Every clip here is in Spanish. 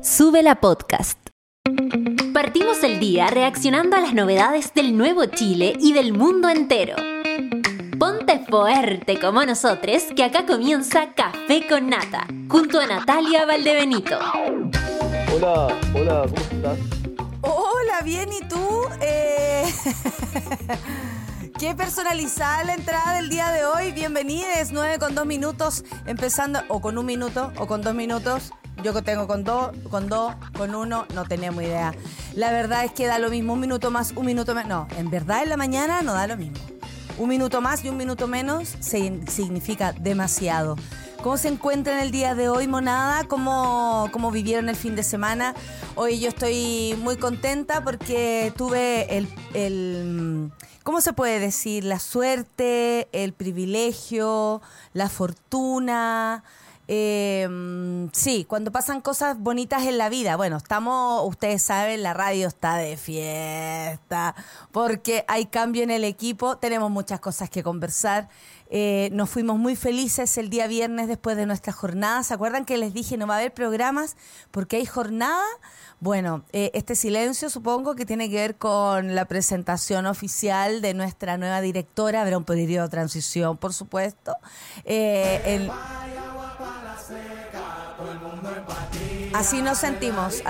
Sube la podcast. Partimos el día reaccionando a las novedades del nuevo Chile y del mundo entero. Ponte fuerte como nosotros, que acá comienza Café con Nata, junto a Natalia Valdebenito. Hola, ¿cómo estás? Hola, bien, ¿y tú? Qué personalizada la entrada del día de hoy. Bienvenidos, 9:02, empezando, o con 1 minuto, o con 2 minutos. Yo que tengo con 2, con 1, no tenemos idea. La verdad es que da lo mismo, 1 minuto más, 1 minuto menos. No, en verdad en la mañana no da lo mismo. 1 minuto más y 1 minuto menos significa demasiado. ¿Cómo se encuentran el día de hoy, monada? ¿Cómo vivieron el fin de semana? Hoy yo estoy muy contenta porque tuve el ¿cómo se puede decir? La suerte, el privilegio, la fortuna. Sí, cuando pasan cosas bonitas en la vida. Bueno, ustedes saben, la radio está de fiesta porque hay cambio en el equipo. Tenemos muchas cosas que conversar. Nos fuimos muy felices el día viernes después de nuestra jornada. ¿Se acuerdan que les dije no va a haber programas porque hay jornada? Bueno, este silencio supongo que tiene que ver con la presentación oficial de nuestra nueva directora. Habrá un periodo de transición, por supuesto. Así nos sentimos.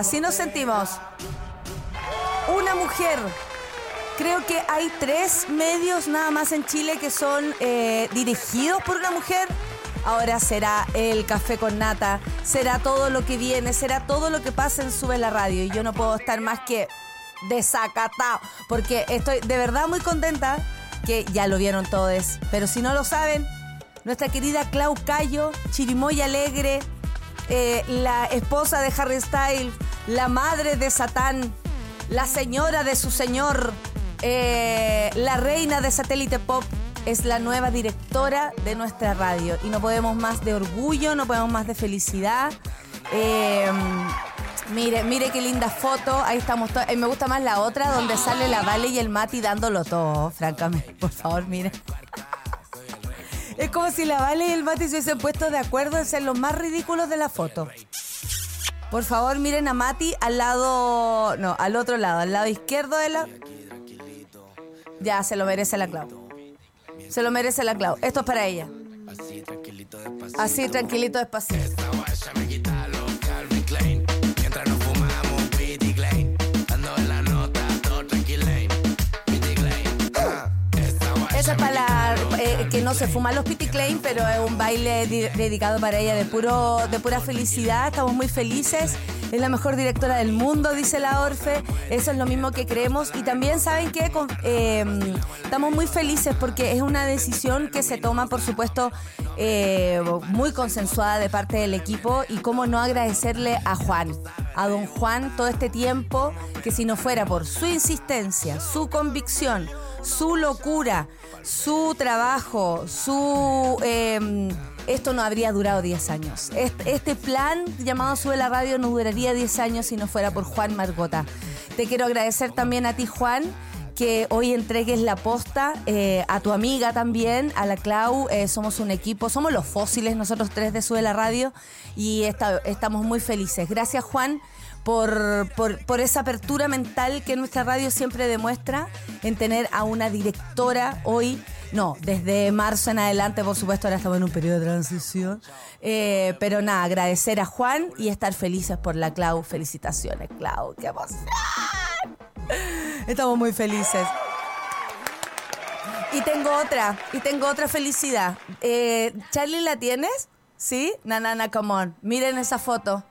Una mujer. Creo que hay 3 medios nada más en Chile que son dirigidos por una mujer. Ahora será el Café con Nata, será todo lo que viene, será todo lo que pasa en Sube la Radio. Y yo no puedo estar más que desacatado, porque estoy de verdad muy contenta, que ya lo vieron todos. Pero si no lo saben, nuestra querida Clau Cayo, chirimoya alegre, la esposa de Harry Styles, la madre de Satán, la señora de su señor, la reina de Satélite Pop, es la nueva directora de nuestra radio. Y no podemos más de orgullo, no podemos más de felicidad. Mire qué linda foto. Ahí estamos todos. Me gusta más la otra, donde sale la Vale y el Mati dándolo todo, francamente. Por favor, miren. Es como si la Vale y el Mati se hubiesen puesto de acuerdo en ser los más ridículos de la foto. Por favor, miren a Mati al otro lado, al lado izquierdo de la... Ya, se lo merece la Clau. Se lo merece la Clau. Esto es para ella. Así, tranquilito, despacito. Esa es para la que no se fuma los Pity Klein, pero es un baile dedicado para ella de pura felicidad. Estamos muy felices. Es la mejor directora del mundo, dice la Orfe. Eso es lo mismo que creemos. Y también saben que estamos muy felices porque es una decisión que se toma, por supuesto, muy consensuada de parte del equipo. Y cómo no agradecerle a don Juan, todo este tiempo, que si no fuera por su insistencia, su convicción, su locura, su trabajo, esto no habría durado 10 años. Este plan llamado Sube la Radio no duraría 10 años si no fuera por Juan Margota. Te quiero agradecer también a ti, Juan, que hoy entregues la posta, a tu amiga también, a la Clau. Somos un equipo, somos los fósiles nosotros 3 de Sube la Radio y estamos muy felices. Gracias, Juan, por esa apertura mental que nuestra radio siempre demuestra en tener a una directora hoy. No, desde marzo en adelante, por supuesto, ahora estamos en un periodo de transición. Pero nada, agradecer a Juan y estar felices por la Clau. Felicitaciones, Clau. ¡Qué emoción! Estamos muy felices. Y tengo otra felicidad. ¿Charlie, la tienes? ¿Sí? Nanana, come on. Miren esa foto.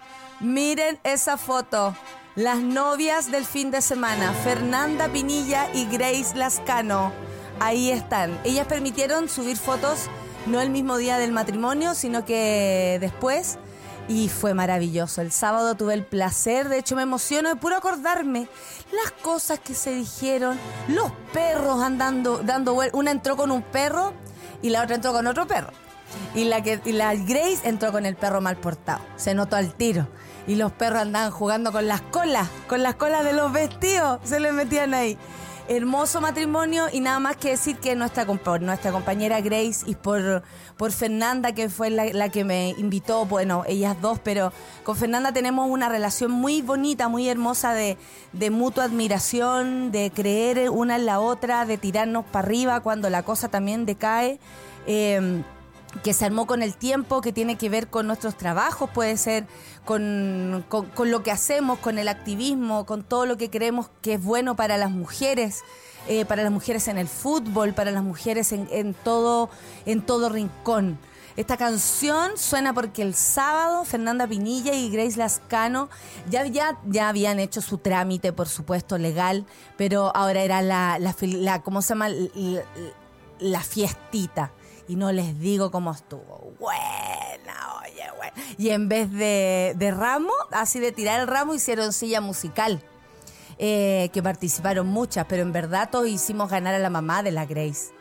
Las novias del fin de semana, Fernanda Pinilla y Grace Lascano. Ahí están. Ellas permitieron subir fotos no el mismo día del matrimonio, sino que después. Y fue maravilloso. El sábado tuve el placer, de hecho me emociono de puro acordarme las cosas que se dijeron, los perros dando vueltas. Una entró con un perro y la otra entró con otro perro. Y la Grace entró con el perro mal portado. Se notó al tiro. Y los perros andaban jugando con las colas de los vestidos. Se les metían ahí. Hermoso matrimonio y nada más que decir que nuestra compañera Grace y por Fernanda, que fue la que me invitó, bueno, ellas dos, pero con Fernanda tenemos una relación muy bonita, muy hermosa de mutua admiración, de creer una en la otra, de tirarnos para arriba cuando la cosa también decae. Que se armó con el tiempo, que tiene que ver con nuestros trabajos, puede ser con lo que hacemos, con el activismo, con todo lo que creemos que es bueno para las mujeres en el fútbol, para las mujeres en todo rincón. Esta canción suena porque el sábado Fernanda Pinilla y Grace Lascano ya habían hecho su trámite, por supuesto, legal, pero ahora era ¿cómo se llama? La fiestita. Y no les digo cómo estuvo. Buena, oye, buena. Y en vez de ramo, así de tirar el ramo, hicieron silla musical. Que participaron muchas, pero en verdad todos hicimos ganar a la mamá de la Grace.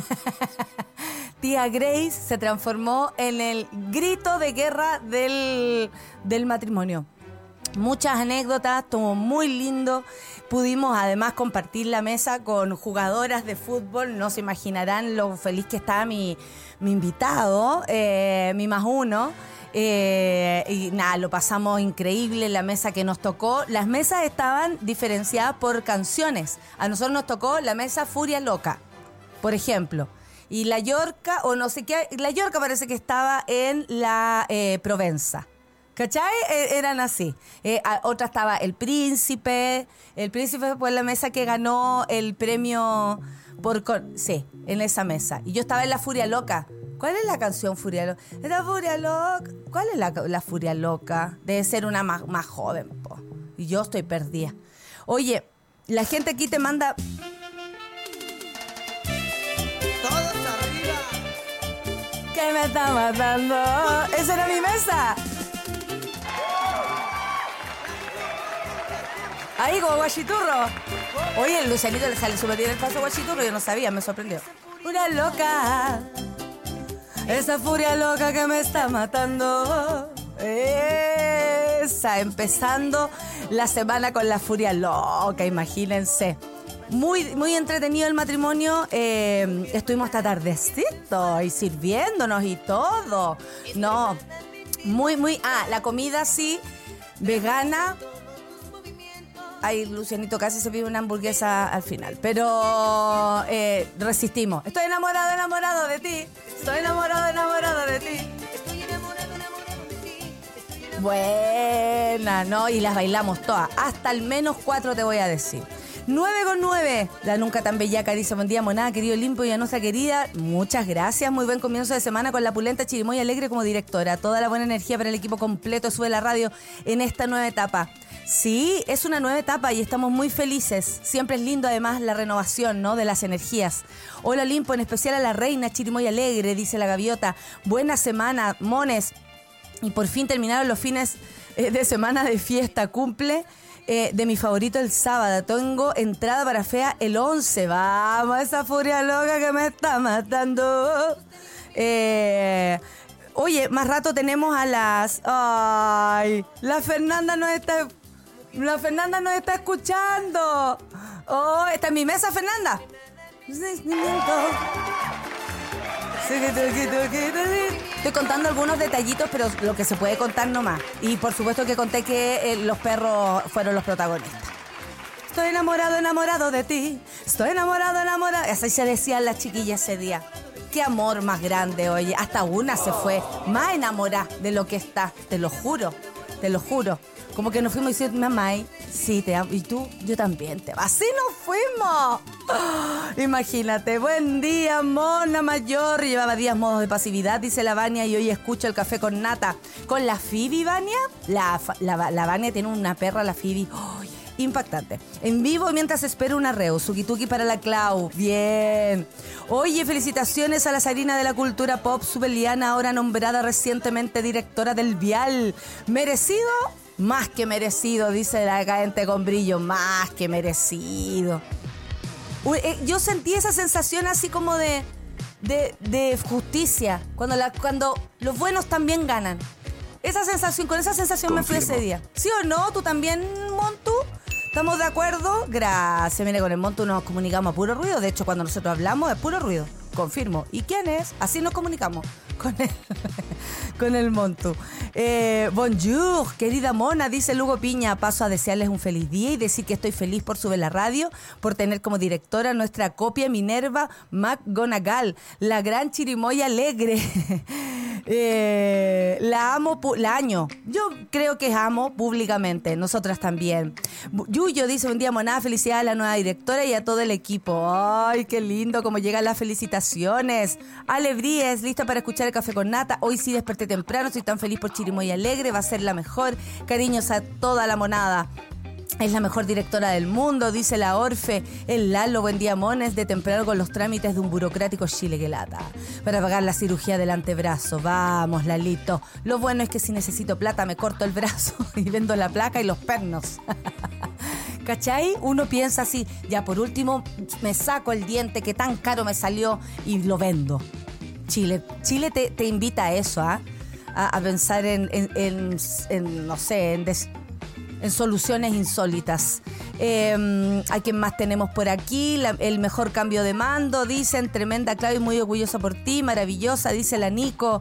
Tía Grace se transformó en el grito de guerra del matrimonio. Muchas anécdotas, estuvo muy lindo. Pudimos además compartir la mesa con jugadoras de fútbol. No se imaginarán lo feliz que estaba mi invitado, mi más uno. Y nada, lo pasamos increíble, la mesa que nos tocó. Las mesas estaban diferenciadas por canciones. A nosotros nos tocó la mesa Furia Loca, por ejemplo. Y la Yorca, o no sé qué, la Yorca parece que estaba en la Provenza. ¿Cachai? Eran así. Otra estaba El Príncipe. El Príncipe fue la mesa que ganó el premio sí, en esa mesa. Y yo estaba en la Furia Loca. ¿Cuál es la canción Furia Loca? La Furia Loca. ¿Cuál es la Furia Loca? Debe ser una más joven, po. Y yo estoy perdida. Oye, la gente aquí te manda... ¡Todos arriba! ¿Qué me está matando? ¡Esa era mi mesa! Ahí como guachiturro. Oye, el Lucianito le sale súper bien el paso guachiturro. Yo no sabía, me sorprendió. Una loca, esa furia loca que me está matando. Esa, empezando la semana con la furia loca, imagínense. Muy, muy entretenido el matrimonio. Estuvimos hasta tardecito y sirviéndonos y todo. No, muy... la comida sí, vegana. Ay, Lucianito casi se pide una hamburguesa al final. Pero resistimos. Estoy enamorado de ti. Estoy enamorado de ti. Buena, ¿no? Y las bailamos todas. Hasta al menos 4 te voy a decir. 9:09. La nunca tan bellaca dice: buen día, monada, querido limpio y a nuestra querida. Muchas gracias. Muy buen comienzo de semana con la pulenta Chirimoya Alegre como directora. Toda la buena energía para el equipo completo. Sube la radio en esta nueva etapa. Sí, es una nueva etapa y estamos muy felices. Siempre es lindo además la renovación, ¿no?, de las energías. Hola Olimpo, en especial a la reina Chirimoya Alegre, dice la gaviota. Buena semana, mones. Y por fin terminaron los fines de semana de fiesta. Cumple de mi favorito el sábado. Tengo entrada para Fea el 11. Vamos, esa furia loca que me está matando. Oye, más rato tenemos a las... ¡Ay! La Fernanda nos está escuchando. ¡Oh! ¿Está en mi mesa, Fernanda? Estoy contando algunos detallitos, pero lo que se puede contar nomás. Y por supuesto que conté que los perros fueron los protagonistas. Estoy enamorado de ti. Estoy enamorado. Así se decían las chiquillas ese día. Qué amor más grande, oye. Hasta una se fue más enamorada de lo que está. Te lo juro. Como que nos fuimos y decimos, mamá, sí, te amo. Y tú, yo también te amo. ¡Así nos fuimos! Oh, imagínate. Buen día, mona mayor. Llevaba días modos de pasividad, dice la Vania, y hoy escucho el café con nata. ¿Con la Phoebe, Vania? La Vania tiene una perra, la Phoebe. Oh, impactante. En vivo mientras espero una reu. Suki-tuki para la Clau. Bien. Oye, felicitaciones a la Sarina de la cultura pop, Subeliana, ahora nombrada recientemente directora del Vial. ¿Merecido? Más que merecido, dice la cadente con brillo. Más que merecido. Yo sentí esa sensación así como de justicia. Cuando los buenos también ganan. Con esa sensación me fui ese día. ¿Sí o no? ¿Tú también, Montu? ¿Estamos de acuerdo? Gracias. Mire, con el Montu nos comunicamos a puro ruido. De hecho, cuando nosotros hablamos es puro ruido. Confirmo. ¿Y quién es? Así nos comunicamos con el Montu. Bonjour, querida mona, dice Lugo Piña. Paso a desearles un feliz día y decir que estoy feliz por Sube la Radio, por tener como directora nuestra copia Minerva McGonagall, la gran chirimoya alegre. La amo, la año. Yo creo que amo públicamente. Nosotras también. Yuyo dice: buen día, monada, felicidades a la nueva directora y a todo el equipo. Ay, qué lindo cómo llegan las felicitaciones. Ale Bríes, listo para escuchar el café con nata. Hoy sí desperté temprano, estoy tan feliz por Chirimoya Alegre, va a ser la mejor. Cariños a toda la monada. Es la mejor directora del mundo, dice la Orfe. El Lalo, buen día, mones, de temprano con los trámites de un burocrático Chile que lata. Para pagar la cirugía del antebrazo. Vamos, Lalito. Lo bueno es que si necesito plata me corto el brazo y vendo la placa y los pernos. ¿Cachai? Uno piensa así, ya por último me saco el diente que tan caro me salió y lo vendo. Chile te invita a eso, ¿ah? A pensar en no sé, en soluciones insólitas. ¿A quién más tenemos por aquí? El mejor cambio de mando, dicen. Tremenda, Claudia, muy orgullosa por ti. Maravillosa, dice la Nico.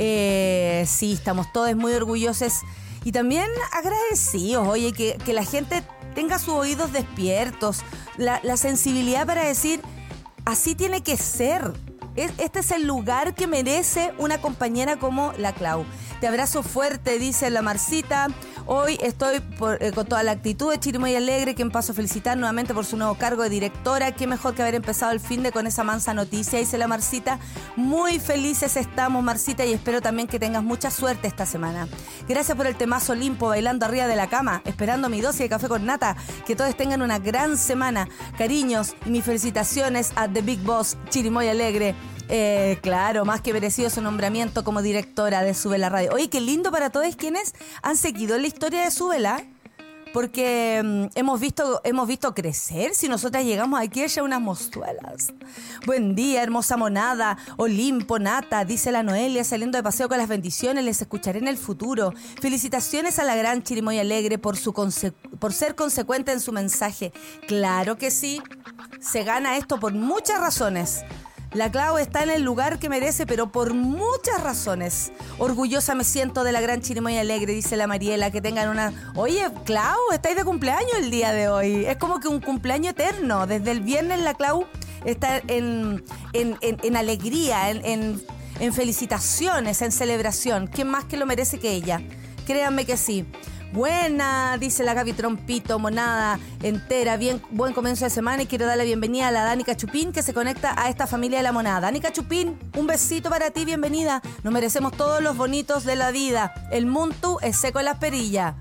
Sí, estamos todos muy orgullosos y también agradecidos. Oye, que la gente tenga sus oídos despiertos, la sensibilidad para decir, así tiene que ser. Este es el lugar que merece una compañera como la Clau. Te abrazo fuerte, dice la Marcita. Hoy estoy con toda la actitud de Chirimoya Alegre, quien paso a felicitar nuevamente por su nuevo cargo de directora. Qué mejor que haber empezado el fin de con esa mansa noticia, dice la Marcita. Muy felices estamos, Marcita, y espero también que tengas mucha suerte esta semana. Gracias por el temazo Olimpo, bailando arriba de la cama, esperando mi dosis de café con nata. Que todos tengan una gran semana. Cariños y mis felicitaciones a The Big Boss, Chirimoya Alegre. Claro, más que merecido su nombramiento como directora de Sube la Radio. Oye, qué lindo para todos quienes han seguido la historia de Súbela, porque hemos visto crecer. Si nosotras llegamos aquí a ella unas mozuelas. Buen día, hermosa monada, Olimpo, nata, dice la Noelia, saliendo de paseo con las bendiciones, les escucharé en el futuro. Felicitaciones a la gran Chirimoya Alegre por ser consecuente en su mensaje. Claro que sí, se gana esto por muchas razones. La Clau está en el lugar que merece, pero por muchas razones. Orgullosa me siento de la gran Chirimoya Alegre, dice la Mariela. Que tengan una... Oye, Clau, estáis de cumpleaños el día de hoy. Es como que un cumpleaños eterno. Desde el viernes la Clau está en alegría, en felicitaciones, en celebración. ¿Quién más que lo merece que ella? Créanme que sí. Buena, dice la Gaby Trompito, monada entera, buen comienzo de semana y quiero dar la bienvenida a la Danica Chupín que se conecta a esta familia de la monada. Danica Chupín, un besito para ti, bienvenida. Nos merecemos todos los bonitos de la vida. El Muntu es seco en las perillas.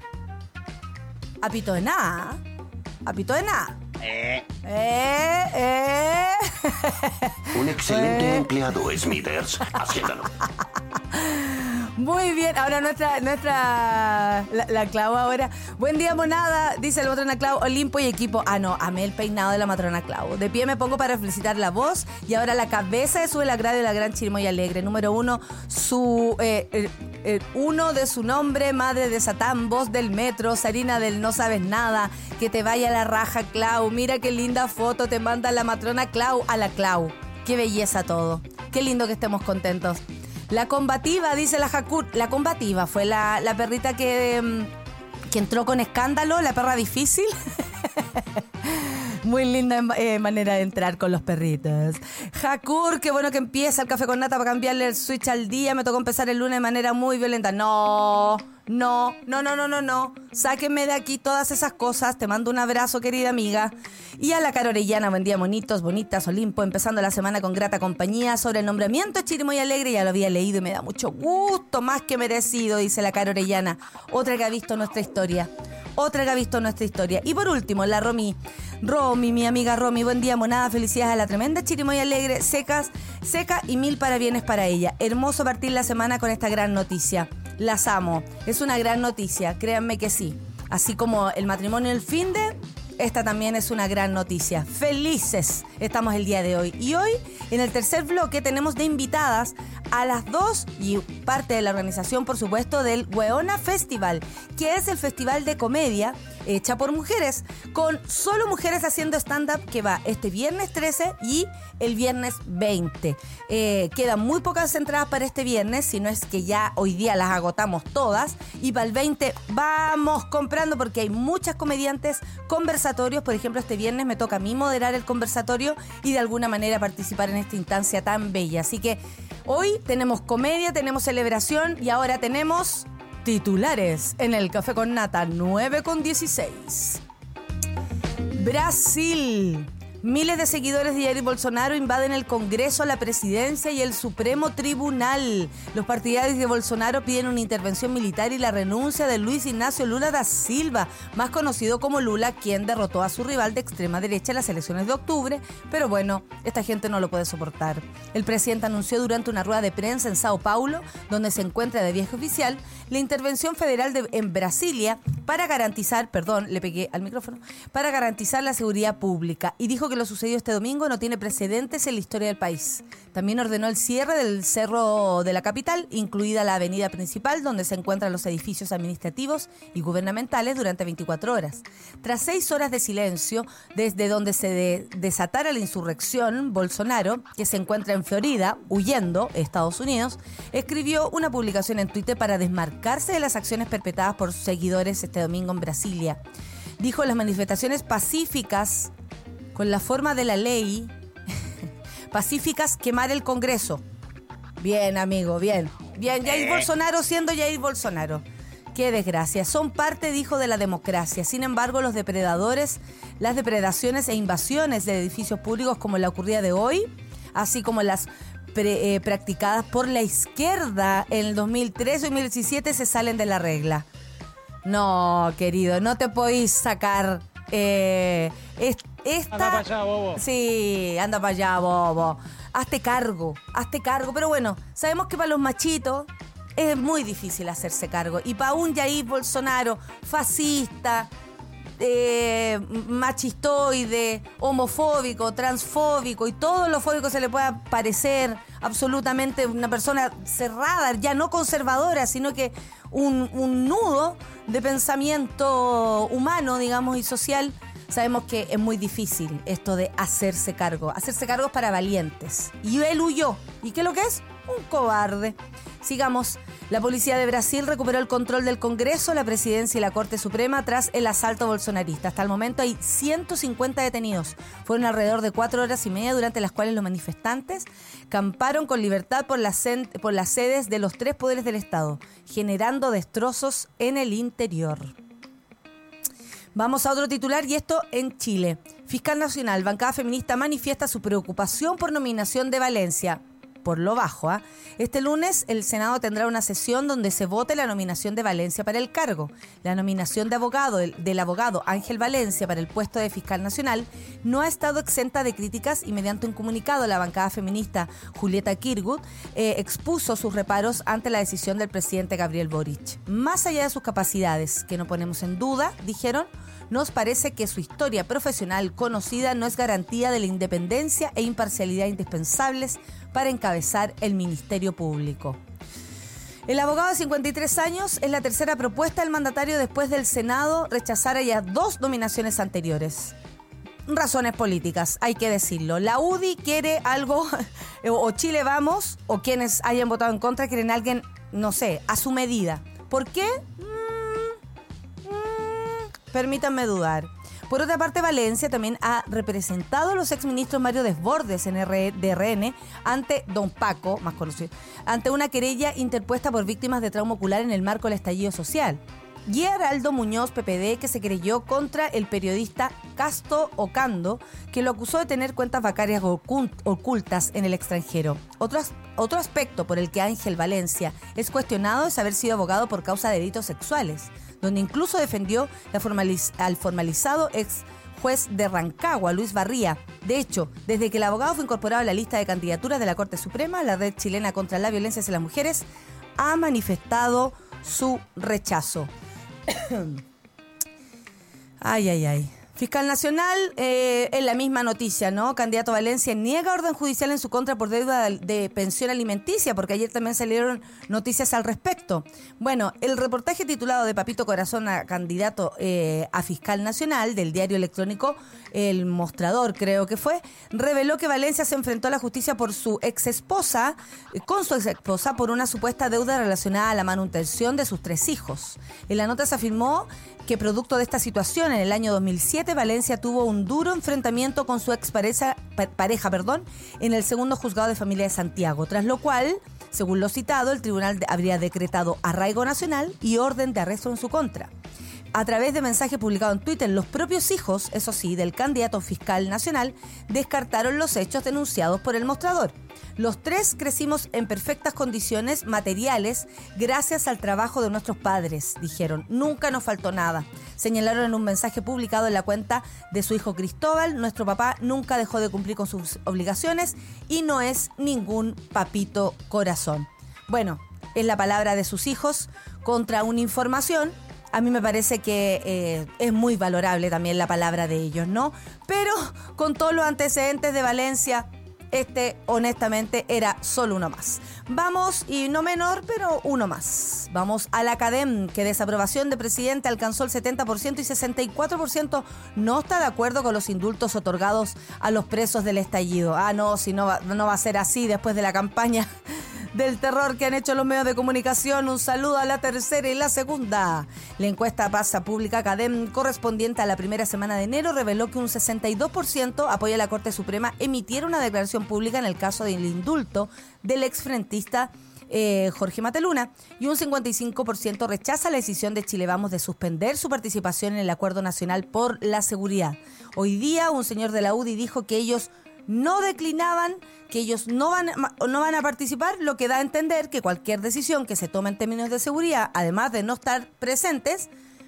Apito de nada. Apito de nada. Un excelente empleado, Smithers, haciéndolo. Muy bien, ahora la Clau ahora. Buen día, monada, dice la matrona Clau, Olimpo y equipo. Ah, no, amé el peinado de la matrona Clau. De pie me pongo para felicitar la voz y ahora la cabeza de Sube la Radio de la gran Chirimoya Alegre. Número 1, uno de su nombre, madre de Satán, voz del metro, Sarina del no sabes nada. Que te vaya la raja, Clau. Mira qué linda foto te manda la matrona Clau a la Clau. Qué belleza todo. Qué lindo que estemos contentos. La combativa, dice la Jacur. La combativa fue la perrita que entró con escándalo, la perra difícil. Muy linda manera de entrar con los perritos. Jacur, qué bueno que empieza el café con nata para cambiarle el switch al día. Me tocó empezar el lunes de manera muy violenta. No. Sáquenme de aquí todas esas cosas. Te mando un abrazo, querida amiga. Y a la Caro Orellana, buen día, monitos, bonitas, Olimpo. Empezando la semana con grata compañía sobre el nombramiento de Chirimoya Alegre. Ya lo había leído y me da mucho gusto, más que merecido, dice la Caro Orellana. Otra que ha visto nuestra historia. Y por último, la Romy, mi amiga Romy, buen día, monada, felicidades a la tremenda Chirimoya Alegre, seca y mil parabienes para ella. Hermoso partir la semana con esta gran noticia. Las amo. Es una gran noticia, créanme que sí. Así como el matrimonio del finde, esta también es una gran noticia. Felices estamos el día de hoy. Y hoy, en el tercer bloque, tenemos de invitadas a las 2 y parte de la organización, por supuesto, del Weona Festival, que es el festival de comedia hecha por mujeres, con solo mujeres haciendo stand-up, que va este viernes 13 y el viernes 20. Quedan muy pocas entradas para este viernes, si no es que ya hoy día las agotamos todas, y para el 20 vamos comprando porque hay muchas comediantes conversatorios. Por ejemplo, este viernes me toca a mí moderar el conversatorio y de alguna manera participar en esta instancia tan bella. Así que hoy tenemos comedia, tenemos celebración y ahora tenemos titulares en el Café con Nata, 9:16. Brasil. Miles de seguidores de Jair Bolsonaro invaden el Congreso, la Presidencia y el Supremo Tribunal. Los partidarios de Bolsonaro piden una intervención militar y la renuncia de Luis Ignacio Lula da Silva, más conocido como Lula, quien derrotó a su rival de extrema derecha en las elecciones de octubre. Pero bueno, esta gente no lo puede soportar. El presidente anunció durante una rueda de prensa en Sao Paulo, donde se encuentra de viaje oficial, la intervención federal en Brasilia para garantizar, para garantizar la seguridad pública, y dijo que lo sucedido este domingo no tiene precedentes en la historia del país. También ordenó el cierre del cerro de la capital, incluida la avenida principal, donde se encuentran los edificios administrativos y gubernamentales, durante 24 horas. Tras 6 horas de silencio, desde donde se desatara la insurrección, Bolsonaro, que se encuentra en Florida, huyendo a Estados Unidos, escribió una publicación en Twitter para desmarcarse de las acciones perpetradas por sus seguidores este domingo en Brasilia. Dijo: las manifestaciones pacíficas con la forma de la ley, pacíficas, quemar el Congreso. Bien, amigo, bien. Bien, Jair Bolsonaro siendo Jair Bolsonaro. Qué desgracia. Son parte, dijo, de la democracia. Sin embargo, las depredaciones e invasiones de edificios públicos como la ocurrida de hoy, así como las practicadas por la izquierda en el 2013 y 2017, se salen de la regla. No, querido, no te podéis sacar... Anda para allá, bobo. Sí, anda para allá, bobo. Hazte cargo. Pero bueno, sabemos que para los machitos es muy difícil hacerse cargo. Y para un Jair Bolsonaro fascista, machistoide, homofóbico, transfóbico y todo lo fóbico se le pueda parecer, absolutamente una persona cerrada, ya no conservadora, sino que un nudo de pensamiento humano, digamos, y social. Sabemos que es muy difícil esto de hacerse cargo. Hacerse cargo es para valientes. Y él huyó. ¿Y qué es lo que es? Un cobarde. Sigamos. La policía de Brasil recuperó el control del Congreso, la Presidencia y la Corte Suprema tras el asalto bolsonarista. Hasta el momento hay 150 detenidos. Fueron alrededor de 4 horas y media durante las cuales los manifestantes camparon con libertad por las sedes de los 3 poderes del Estado, generando destrozos en el interior. Vamos a otro titular, y esto en Chile. Fiscal Nacional, bancada feminista manifiesta su preocupación por nominación de Valencia. Por lo bajo, ¿eh? Este lunes el Senado tendrá una sesión donde se vote la nominación de Valencia para el cargo. La nominación del abogado Ángel Valencia para el puesto de fiscal nacional no ha estado exenta de críticas, y mediante un comunicado la bancada feminista Julieta Kirgut expuso sus reparos ante la decisión del presidente Gabriel Boric. Más allá de sus capacidades, que no ponemos en duda, dijeron, nos parece que su historia profesional conocida no es garantía de la independencia e imparcialidad indispensables para encabezar el Ministerio Público. El abogado de 53 años es la tercera propuesta del mandatario después del Senado rechazara ya 2 nominaciones anteriores. Razones políticas, hay que decirlo. La UDI quiere algo, o Chile Vamos, o quienes hayan votado en contra quieren a alguien, no sé, a su medida. ¿Por qué? Permítanme dudar. Por otra parte, Valencia también ha representado a los exministros Mario Desbordes en DRN ante Don Paco, más conocido, ante una querella interpuesta por víctimas de trauma ocular en el marco del estallido social. Y Araldo Muñoz, PPD, que se querelló contra el periodista Casto Ocando, que lo acusó de tener cuentas bancarias ocultas en el extranjero. Otro aspecto por el que Ángel Valencia es cuestionado es haber sido abogado por causa de delitos sexuales, donde incluso defendió al formalizado ex juez de Rancagua, Luis Barría. De hecho, desde que el abogado fue incorporado a la lista de candidaturas de la Corte Suprema, la Red Chilena contra la Violencia hacia las Mujeres ha manifestado su rechazo. Ay. Fiscal Nacional, en la misma noticia, ¿no? Candidato Valencia niega orden judicial en su contra por deuda de pensión alimenticia, porque ayer también salieron noticias al respecto. Bueno, el reportaje titulado de Papito Corazón a candidato a Fiscal Nacional del diario electrónico El Mostrador, creo que fue, reveló que Valencia se enfrentó a la justicia por con su ex esposa por una supuesta deuda relacionada a la manutención de sus 3 hijos. En la nota se afirmó que producto de esta situación, en el año 2007, Valencia tuvo un duro enfrentamiento con su expareja en el segundo juzgado de familia de Santiago, tras lo cual, según lo citado, el tribunal habría decretado arraigo nacional y orden de arresto en su contra. A través de mensaje publicado en Twitter, los propios hijos, eso sí, del candidato fiscal nacional, descartaron los hechos denunciados por El Mostrador. Los 3 crecimos en perfectas condiciones materiales gracias al trabajo de nuestros padres, dijeron. Nunca nos faltó nada. Señalaron en un mensaje publicado en la cuenta de su hijo Cristóbal: nuestro papá nunca dejó de cumplir con sus obligaciones y no es ningún papito corazón. Bueno, es la palabra de sus hijos contra una información. A mí me parece que es muy valorable también la palabra de ellos, ¿no? Pero con todos los antecedentes de Valencia, honestamente era solo uno más. Vamos, y no menor, pero uno más. Vamos a la Academ, que desaprobación de presidente alcanzó el 70% y 64% no está de acuerdo con los indultos otorgados a los presos del estallido. No, si no va a ser así después de la campaña del terror que han hecho los medios de comunicación. Un saludo a la tercera y la segunda. La encuesta Pasa Pública Academ, correspondiente a la primera semana de enero, reveló que un 62% apoya a la Corte Suprema emitiera una declaración pública en el caso del indulto del exfrentista Jorge Mateluna, y un 55% rechaza la decisión de Chile Vamos de suspender su participación en el Acuerdo Nacional por la Seguridad. Hoy día un señor de la UDI dijo que ellos no declinaban, que ellos no van a participar, lo que da a entender que cualquier decisión que se tome en términos de seguridad, además de no estar presentes,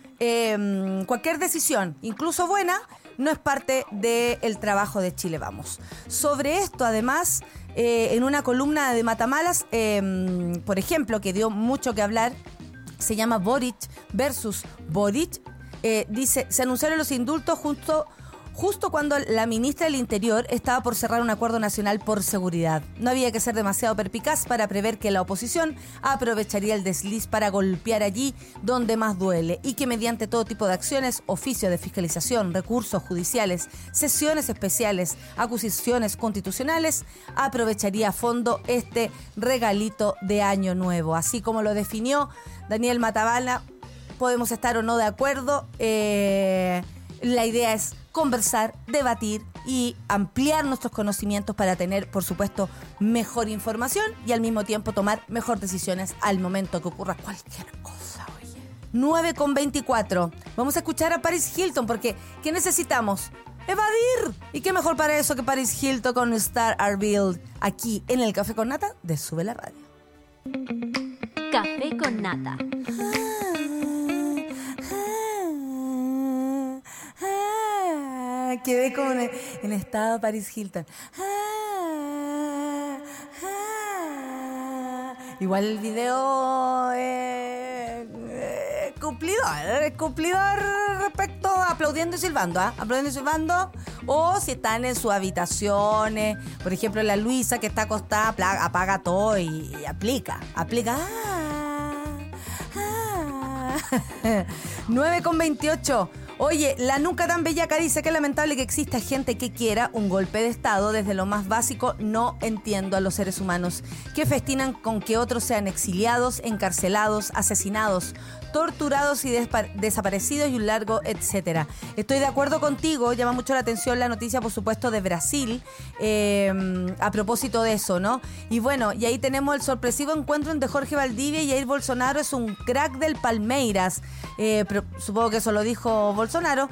cualquier decisión, incluso buena, no es parte del trabajo de Chile Vamos. Sobre esto, además, en una columna de Matamalas, por ejemplo, que dio mucho que hablar, se llama Boric versus Boric, dice: se anunciaron los indultos justo cuando la ministra del Interior estaba por cerrar un acuerdo nacional por seguridad. No había que ser demasiado perpicaz para prever que la oposición aprovecharía el desliz para golpear allí donde más duele, y que mediante todo tipo de acciones, oficios de fiscalización, recursos judiciales, sesiones especiales, acusaciones constitucionales, aprovecharía a fondo este regalito de Año Nuevo. Así como lo definió Daniel Matabala, podemos estar o no de acuerdo. La idea es conversar, debatir y ampliar nuestros conocimientos para tener, por supuesto, mejor información y al mismo tiempo tomar mejor decisiones al momento que ocurra cualquier cosa. Oye. 9:24. Vamos a escuchar a Paris Hilton, porque ¿qué necesitamos? ¡Evadir! ¿Y qué mejor para eso que Paris Hilton con Star Are Built, aquí en el Café con Nata de Sube la Radio? Café con Nata. Quedé como en estado Paris Hilton. Igual el video cumplidor respecto a aplaudiendo y silbando, aplaudiendo y silbando. O si están en sus habitaciones, por ejemplo la Luisa, que está acostada, apaga todo y aplica. 9:28. Oye, la nunca tan bellaca dice que es lamentable que exista gente que quiera un golpe de Estado. Desde lo más básico, no entiendo a los seres humanos que festinan con que otros sean exiliados, encarcelados, asesinados, torturados y desaparecidos y un largo etcétera. Estoy de acuerdo contigo. Llama mucho la atención la noticia, por supuesto, de Brasil, a propósito de eso, ¿no? Y bueno, y ahí tenemos el sorpresivo encuentro entre Jorge Valdivia y Jair Bolsonaro. Es un crack del Palmeiras, pero supongo que eso lo dijo Bolsonaro,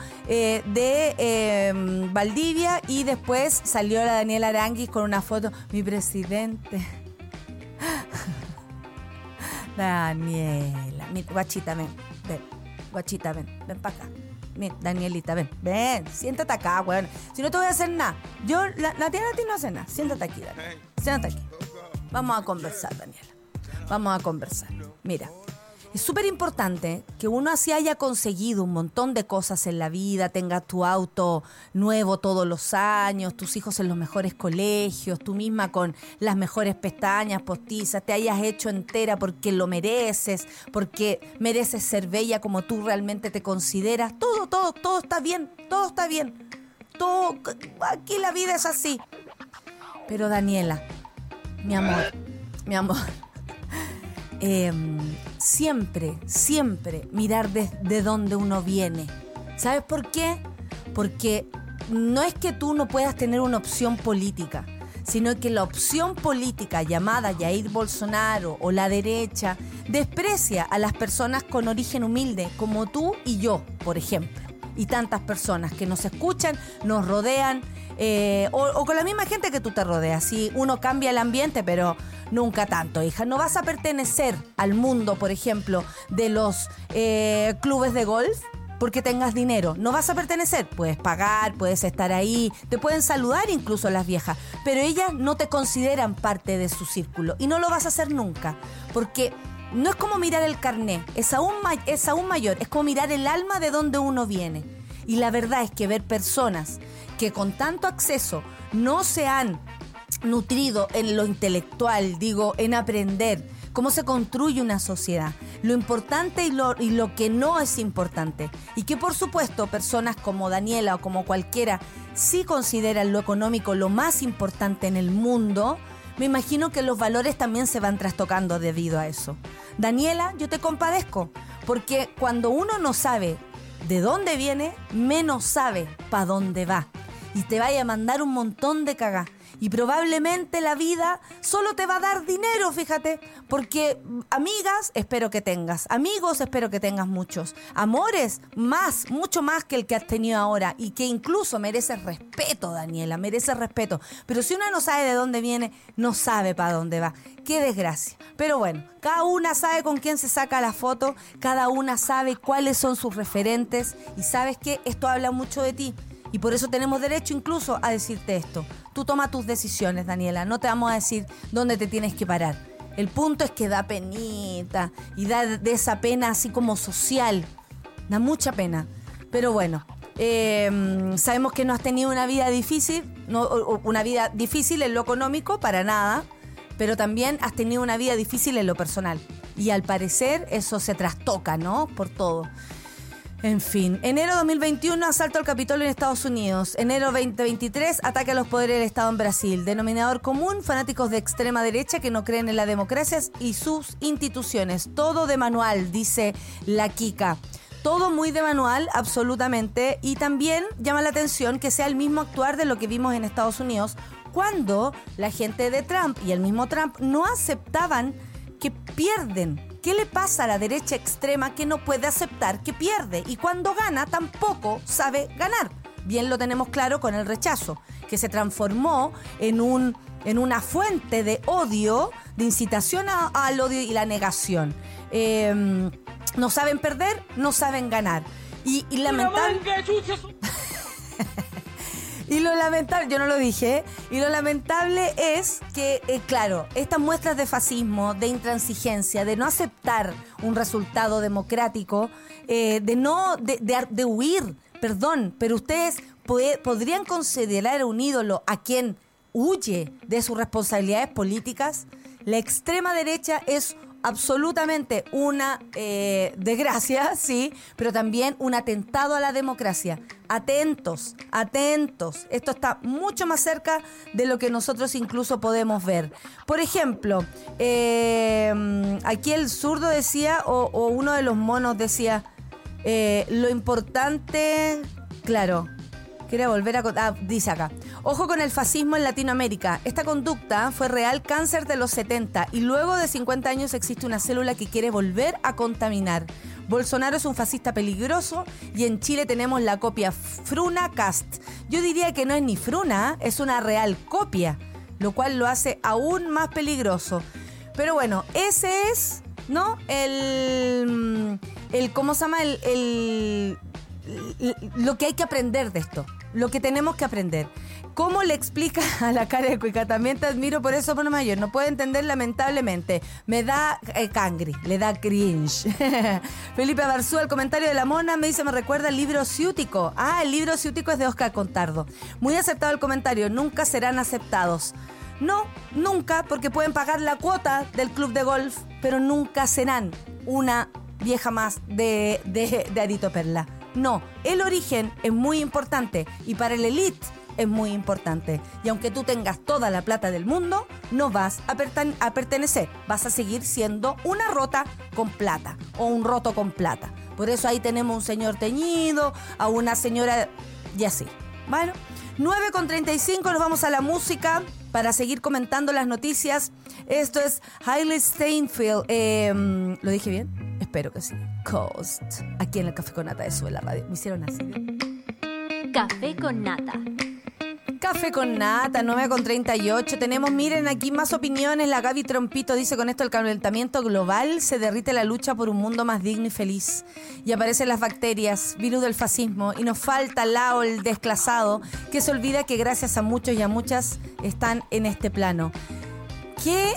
de Valdivia, y después salió la Daniela Aranguis con una foto. Mi presidente. Daniela, guachita, ven para acá. Danielita, ven, siéntate acá, weón. Si no te voy a hacer nada. Yo, la tía a ti no hace nada. Siéntate aquí, Daniela. Siéntate aquí. Vamos a conversar, Daniela. Vamos a conversar. Mira, Es súper importante que uno así haya conseguido un montón de cosas en la vida, tengas tu auto nuevo todos los años, tus hijos en los mejores colegios, tú misma con las mejores pestañas postizas, te hayas hecho entera porque lo mereces, porque mereces ser bella como tú realmente te consideras. Todo está bien, todo está bien. Todo, aquí la vida es así. Pero Daniela, mi amor, siempre mirar de dónde uno viene. ¿Sabes por qué? Porque no es que tú no puedas tener una opción política, sino que la opción política llamada Jair Bolsonaro o la derecha desprecia a las personas con origen humilde, como tú y yo, por ejemplo, y tantas personas que nos escuchan, nos rodean, o con la misma gente que tú te rodeas. Sí, uno cambia el ambiente, pero nunca tanto, hija. No vas a pertenecer al mundo, por ejemplo, de los clubes de golf porque tengas dinero. No vas a pertenecer. Puedes pagar, puedes estar ahí, te pueden saludar incluso las viejas, pero ellas no te consideran parte de su círculo y no lo vas a hacer nunca, porque no es como mirar el carné, es aún mayor, es como mirar el alma de donde uno viene. Y la verdad es que ver personas que con tanto acceso no se han nutrido en lo intelectual, en aprender cómo se construye una sociedad, lo importante y lo que no es importante. Y que por supuesto personas como Daniela o como cualquiera sí consideran lo económico lo más importante en el mundo. Me imagino que los valores también se van trastocando debido a eso. Daniela, yo te compadezco, porque cuando uno no sabe de dónde viene, menos sabe para dónde va. Y te vaya a mandar un montón de cagá. Y probablemente la vida solo te va a dar dinero, fíjate, porque amigas espero que tengas, amigos espero que tengas muchos, amores mucho más que el que has tenido ahora y que incluso mereces respeto, Daniela, mereces respeto. Pero si uno no sabe de dónde viene, no sabe para dónde va. Qué desgracia. Pero bueno, cada una sabe con quién se saca la foto, cada una sabe cuáles son sus referentes y sabes que esto habla mucho de ti. Y por eso tenemos derecho incluso a decirte esto. Tú toma tus decisiones, Daniela. No te vamos a decir dónde te tienes que parar. El punto es que da penita y da de esa pena así como social. Da mucha pena. Pero bueno, sabemos que no has tenido una vida difícil, una vida difícil en lo económico, para nada, pero también has tenido una vida difícil en lo personal. Y al parecer eso se trastoca, ¿no? Por todo. En fin, enero 2021, asalto al Capitolio en Estados Unidos. Enero 2023, ataque a los poderes del Estado en Brasil. Denominador común, fanáticos de extrema derecha que no creen en la democracia y sus instituciones. Todo de manual, dice la Kika. Todo muy de manual, absolutamente. Y también llama la atención que sea el mismo actuar de lo que vimos en Estados Unidos, cuando la gente de Trump y el mismo Trump no aceptaban que pierden. ¿Qué le pasa a la derecha extrema que no puede aceptar que pierde? Y cuando gana, tampoco sabe ganar. Bien lo tenemos claro con el rechazo, que se transformó en una fuente de odio, de incitación al odio y la negación. No saben perder, no saben ganar. Y lamentable... Y lo lamentable, yo no lo dije, y lo lamentable es que, claro, estas muestras de fascismo, de intransigencia, de no aceptar un resultado democrático, de huir, perdón, pero ustedes podrían considerar un ídolo a quien huye de sus responsabilidades políticas. La extrema derecha es absolutamente una desgracia, sí, pero también un atentado a la democracia. Atentos. Esto está mucho más cerca de lo que nosotros incluso podemos ver. Por ejemplo, aquí el zurdo decía, o uno de los monos decía, lo importante, claro, quería volver a... dice acá, ojo con el fascismo en Latinoamérica. Esta conducta fue real cáncer de los 70 y luego de 50 años existe una célula que quiere volver a contaminar. Bolsonaro es un fascista peligroso y en Chile tenemos la copia Fruna-Cast. Yo diría que no es ni Fruna, es una real copia, lo cual lo hace aún más peligroso. Pero bueno, ese es, ¿no? ¿Cómo se llama? Lo que hay que aprender de esto. lo que tenemos que aprender. ¿Cómo le explica a la cara de Cuica? También te admiro por eso, Bono Mayor. No puede entender, lamentablemente. Me da cangri, le da cringe. Felipe Barzúa, el comentario de la mona, me dice, me recuerda el libro Ciútico. El libro Ciútico es de Oscar Contardo. Muy aceptado el comentario. Nunca serán aceptados. No, nunca, porque pueden pagar la cuota del club de golf, pero nunca serán una vieja más de Arito Perla. No, el origen es muy importante y para el elite es muy importante. Y aunque tú tengas toda la plata del mundo, no vas a pertenecer. Vas a seguir siendo una rota con plata o un roto con plata. Por eso ahí tenemos un señor teñido, a una señora y así. Bueno, 9:35, nos vamos a la música para seguir comentando las noticias. Esto es Hailey Steinfeld. ¿Lo dije bien? Espero que sí. Coast. Aquí en el Café con Nata de Sube la Radio. Me hicieron así. Café con Nata. Café con Nata, 9:38. Tenemos, miren, aquí más opiniones. La Gaby Trompito dice, con esto el calentamiento global se derrite la lucha por un mundo más digno y feliz. Y aparecen las bacterias, virus del fascismo, y nos falta Lao, el desclasado, que se olvida que gracias a muchos y a muchas están en este plano. ¡Qué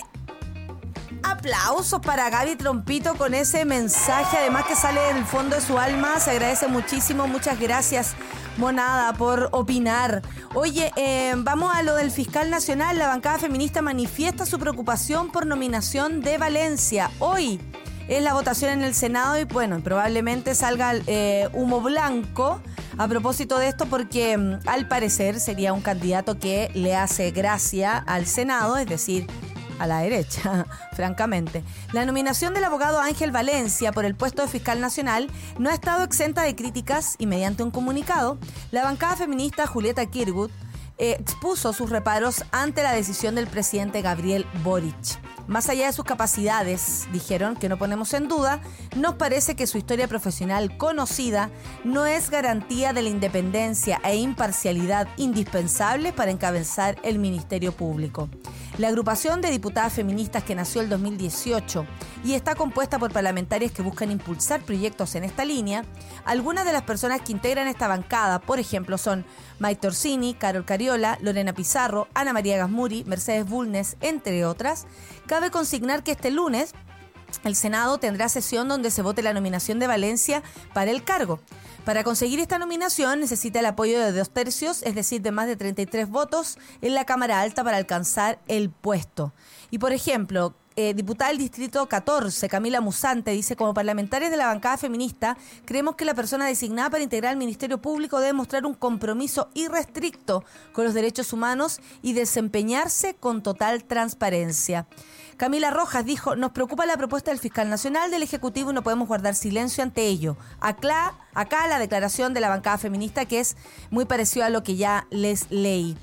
aplausos para Gaby Trompito con ese mensaje! Además que sale del fondo de su alma. Se agradece muchísimo. Muchas gracias, monada, por opinar. Oye, vamos a lo del fiscal nacional. La bancada feminista manifiesta su preocupación por nominación de Valencia. Hoy es la votación en el Senado y bueno, probablemente salga humo blanco a propósito de esto, porque al parecer sería un candidato que le hace gracia al Senado, es decir, a la derecha, francamente. La nominación del abogado Ángel Valencia por el puesto de fiscal nacional no ha estado exenta de críticas y mediante un comunicado, la bancada feminista Julieta Kirgut expuso sus reparos ante la decisión del presidente Gabriel Boric. Más allá de sus capacidades, dijeron, que no ponemos en duda, nos parece que su historia profesional conocida no es garantía de la independencia e imparcialidad indispensables para encabezar el Ministerio Público. La agrupación de diputadas feministas que nació el 2018 y está compuesta por parlamentarias que buscan impulsar proyectos en esta línea. Algunas de las personas que integran esta bancada, por ejemplo, son Maite Orsini, Carol Cariola, Lorena Pizarro, Ana María Gasmuri, Mercedes Bulnes, entre otras. Cabe consignar que este lunes el Senado tendrá sesión donde se vote la nominación de Valencia para el cargo. Para conseguir esta nominación necesita el apoyo de 2/3, es decir, de más de 33 votos en la Cámara Alta para alcanzar el puesto. Y por ejemplo, diputada del Distrito 14, Camila Musante, dice, como parlamentarias de la bancada feminista, creemos que la persona designada para integrar el Ministerio Público debe mostrar un compromiso irrestricto con los derechos humanos y desempeñarse con total transparencia. Camila Rojas dijo, nos preocupa la propuesta del fiscal nacional del Ejecutivo y no podemos guardar silencio ante ello. Acá la declaración de la bancada feminista, que es muy parecida a lo que ya les leí.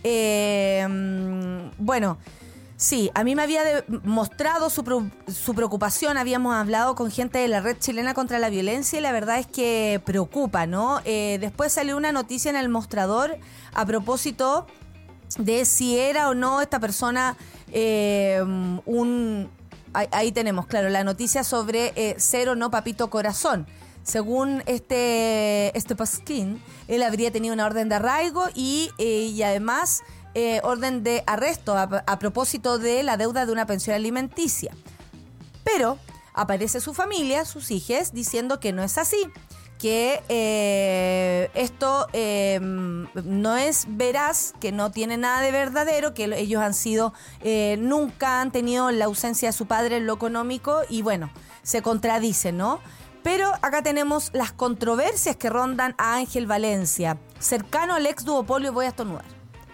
Bueno, sí, a mí me había mostrado su preocupación, habíamos hablado con gente de la Red Chilena contra la Violencia y la verdad es que preocupa, ¿no? Después salió una noticia en El Mostrador a propósito de si era o no esta persona ahí tenemos, claro, la noticia sobre ser o no papito corazón. Según este Pasquín, él habría tenido una orden de arraigo y además orden de arresto a propósito de la deuda de una pensión alimenticia. Pero aparece su familia, sus hijas, diciendo que no es así, que esto no es veraz, que no tiene nada de verdadero, que ellos han sido, nunca han tenido la ausencia de su padre en lo económico y bueno, se contradicen, ¿no? Pero acá tenemos las controversias que rondan a Ángel Valencia, cercano al ex duopolio. Voy a estornudar.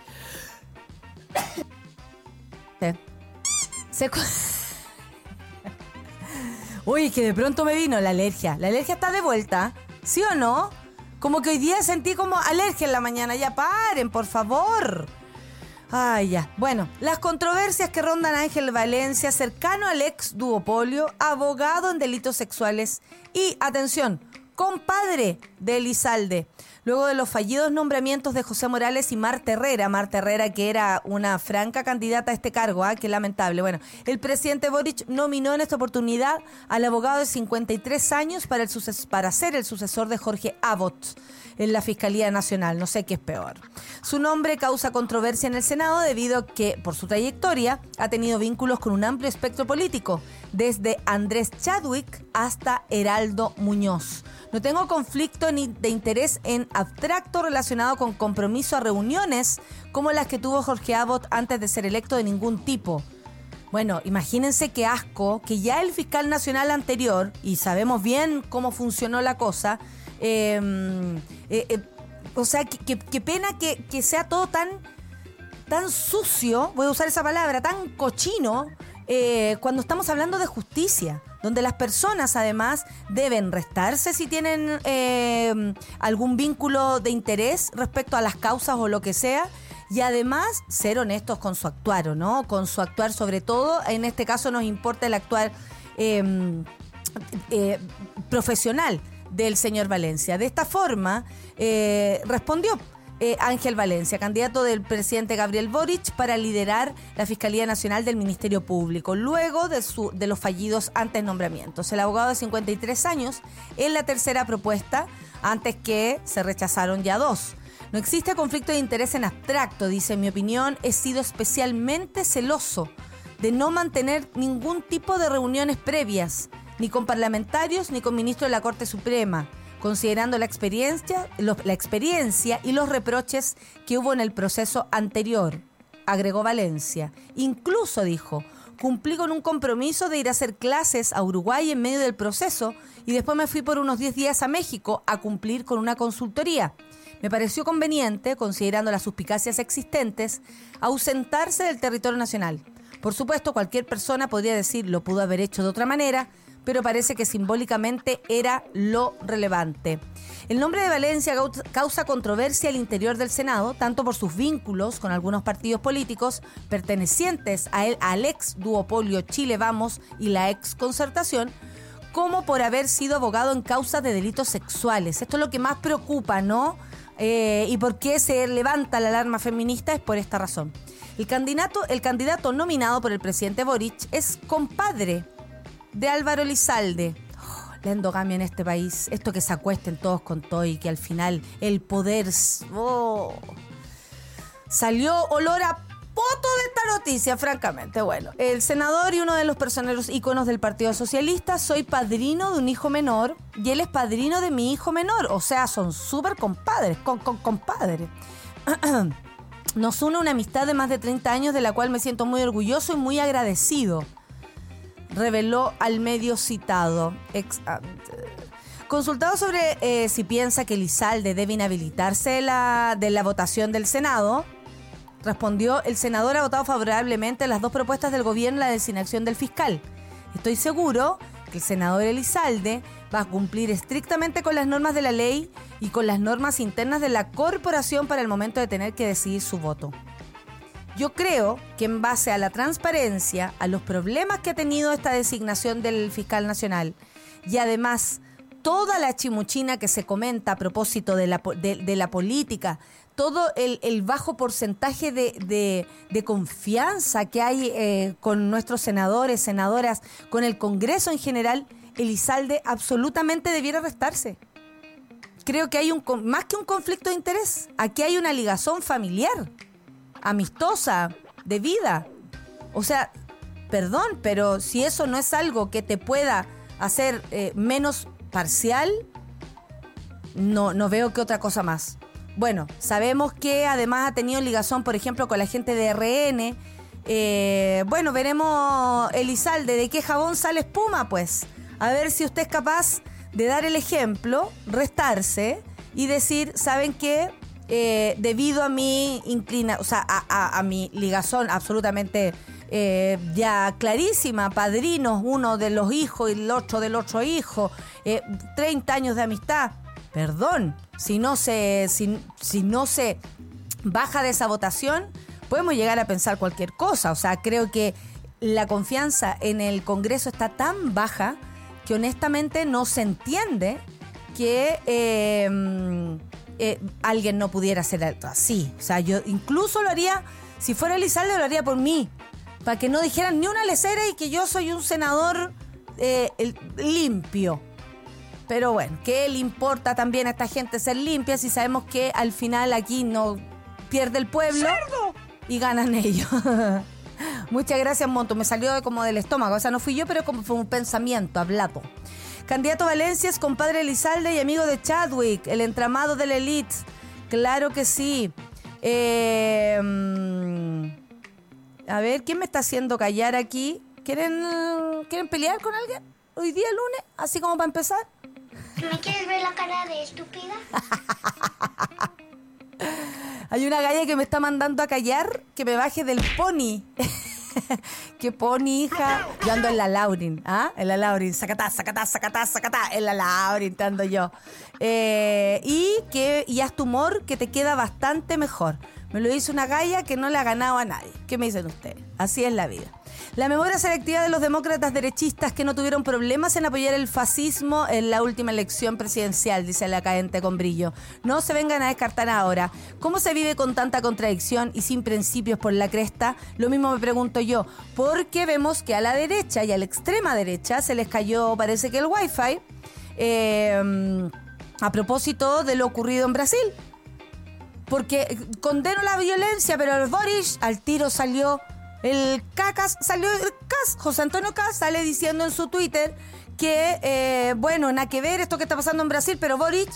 Uy, que de pronto me vino la alergia. La alergia está de vuelta, ¿sí o no? Como que hoy día sentí como alergia en la mañana. Ya paren, por favor. Ay, ya. Bueno, las controversias que rondan a Ángel Valencia, cercano al ex duopolio, abogado en delitos sexuales y, atención, compadre de Elizalde. Luego de los fallidos nombramientos de José Morales y Marta Herrera, que era una franca candidata a este cargo, qué lamentable. Bueno, el presidente Boric nominó en esta oportunidad al abogado de 53 años para ser el sucesor de Jorge Abbott en la Fiscalía Nacional. No sé qué es peor. Su nombre causa controversia en el Senado debido a que, por su trayectoria, ha tenido vínculos con un amplio espectro político, desde Andrés Chadwick hasta Heraldo Muñoz. No tengo conflicto ni de interés en abstracto relacionado con compromiso a reuniones como las que tuvo Jorge Abbott antes de ser electo de ningún tipo. Bueno, imagínense qué asco que ya el fiscal nacional anterior, y sabemos bien cómo funcionó la cosa, o sea, qué pena que sea todo tan sucio, voy a usar esa palabra, tan cochino, cuando estamos hablando de justicia, donde las personas además deben restarse si tienen algún vínculo de interés respecto a las causas o lo que sea, y además ser honestos con su actuar, ¿no? Con su actuar, sobre todo, en este caso nos importa el actuar profesional del señor Valencia. De esta forma respondió Ángel Valencia, candidato del presidente Gabriel Boric para liderar la Fiscalía Nacional del Ministerio Público, luego de los fallidos antes nombramientos. El abogado de 53 años es la tercera propuesta, antes que se rechazaron ya 2. No existe conflicto de interés en abstracto, dice. En mi opinión, he sido especialmente celoso de no mantener ningún tipo de reuniones previas, ni con parlamentarios ni con ministros de la Corte Suprema, considerando la experiencia y los reproches que hubo en el proceso anterior, agregó Valencia. Incluso, dijo, cumplí con un compromiso de ir a hacer clases a Uruguay en medio del proceso y después me fui por unos 10 días a México a cumplir con una consultoría. Me pareció conveniente, considerando las suspicacias existentes, ausentarse del territorio nacional. Por supuesto, cualquier persona podría decir lo pudo haber hecho de otra manera, pero parece que simbólicamente era lo relevante. El nombre de Valencia causa controversia al interior del Senado, tanto por sus vínculos con algunos partidos políticos pertenecientes al ex duopolio Chile Vamos y la ex Concertación, como por haber sido abogado en causas de delitos sexuales. Esto es lo que más preocupa, ¿no? Y por qué se levanta la alarma feminista es por esta razón. El candidato nominado por el presidente Boric es compadre de Álvaro Elizalde. La endogamia en este país, esto que se acuesten todos con todo y que al final el poder... Salió olor a poto de esta noticia, francamente. Bueno, el senador y uno de los personeros íconos del Partido Socialista, soy padrino de un hijo menor y él es padrino de mi hijo menor. O sea, son súper compadres, compadres. Nos une una amistad de más de 30 años de la cual me siento muy orgulloso y muy agradecido, reveló al medio citado. Consultado sobre si piensa que Elizalde debe inhabilitarse de la votación del Senado, respondió: el senador ha votado favorablemente las 2 propuestas del gobierno en la designación del fiscal. Estoy seguro que el senador Elizalde va a cumplir estrictamente con las normas de la ley y con las normas internas de la corporación para el momento de tener que decidir su voto. Yo creo que en base a la transparencia, a los problemas que ha tenido esta designación del fiscal nacional y además toda la chimuchina que se comenta a propósito de la política, todo el bajo porcentaje de confianza que hay con nuestros senadores, senadoras, con el Congreso en general, Elizalde absolutamente debiera restarse. Creo que hay más que un conflicto de interés, aquí hay una ligazón familiar, amistosa, de vida. O sea, perdón, pero si eso no es algo que te pueda hacer menos parcial, no veo que otra cosa más. Bueno, sabemos que además ha tenido ligazón, por ejemplo, con la gente de RN. Bueno, veremos, Elizalde, ¿de qué jabón sale espuma? Pues, a ver si usted es capaz de dar el ejemplo, restarse y decir, ¿saben qué? Debido a mi a mi ligazón absolutamente ya clarísima, padrinos, uno de los hijos y el otro del otro hijo, 30 años de amistad, perdón, si no se baja de esa votación, podemos llegar a pensar cualquier cosa. O sea, creo que la confianza en el Congreso está tan baja que honestamente no se entiende que alguien no pudiera hacer algo así. O sea, yo incluso lo haría, si fuera Elizalde lo haría por mí, para que no dijeran ni una lecera y que yo soy un senador limpio. Pero bueno, ¿qué le importa también a esta gente ser limpia si sabemos que al final aquí no pierde el pueblo y ganan ellos? Muchas gracias, Monto. Me salió como del estómago. O sea, no fui yo, pero como fue un pensamiento hablado. Candidato Valencia es compadre Elizalde y amigo de Chadwick, el entramado de la elite. Claro que sí. A ver, ¿quién me está haciendo callar aquí? ¿Quieren pelear con alguien hoy día lunes? Así como para empezar. ¿Me quieres ver la cara de estúpida? Hay una galla que me está mandando a callar, que me baje del pony. ¿Qué pony, hija? Yo ando en la Laurin, ¿ah? En la Laurin, sacatá, sacatá, sacatá, sacatá. En la Laurin te ando yo. Y haz tu humor que te queda bastante mejor. Me lo hizo una galla que no le ha ganado a nadie. ¿Qué me dicen ustedes? Así es la vida. La memoria selectiva de los demócratas derechistas que no tuvieron problemas en apoyar el fascismo en la última elección presidencial, dice la cadente con brillo. No se vengan a descartar ahora. ¿Cómo se vive con tanta contradicción y sin principios por la cresta? Lo mismo me pregunto yo. Porque vemos que a la derecha y a la extrema derecha se les cayó, parece que el wifi, a propósito de lo ocurrido en Brasil. Porque condeno la violencia, pero el Boris al tiro salió... José Antonio Kast sale diciendo en su Twitter que, bueno, nada que ver esto que está pasando en Brasil, pero Boric,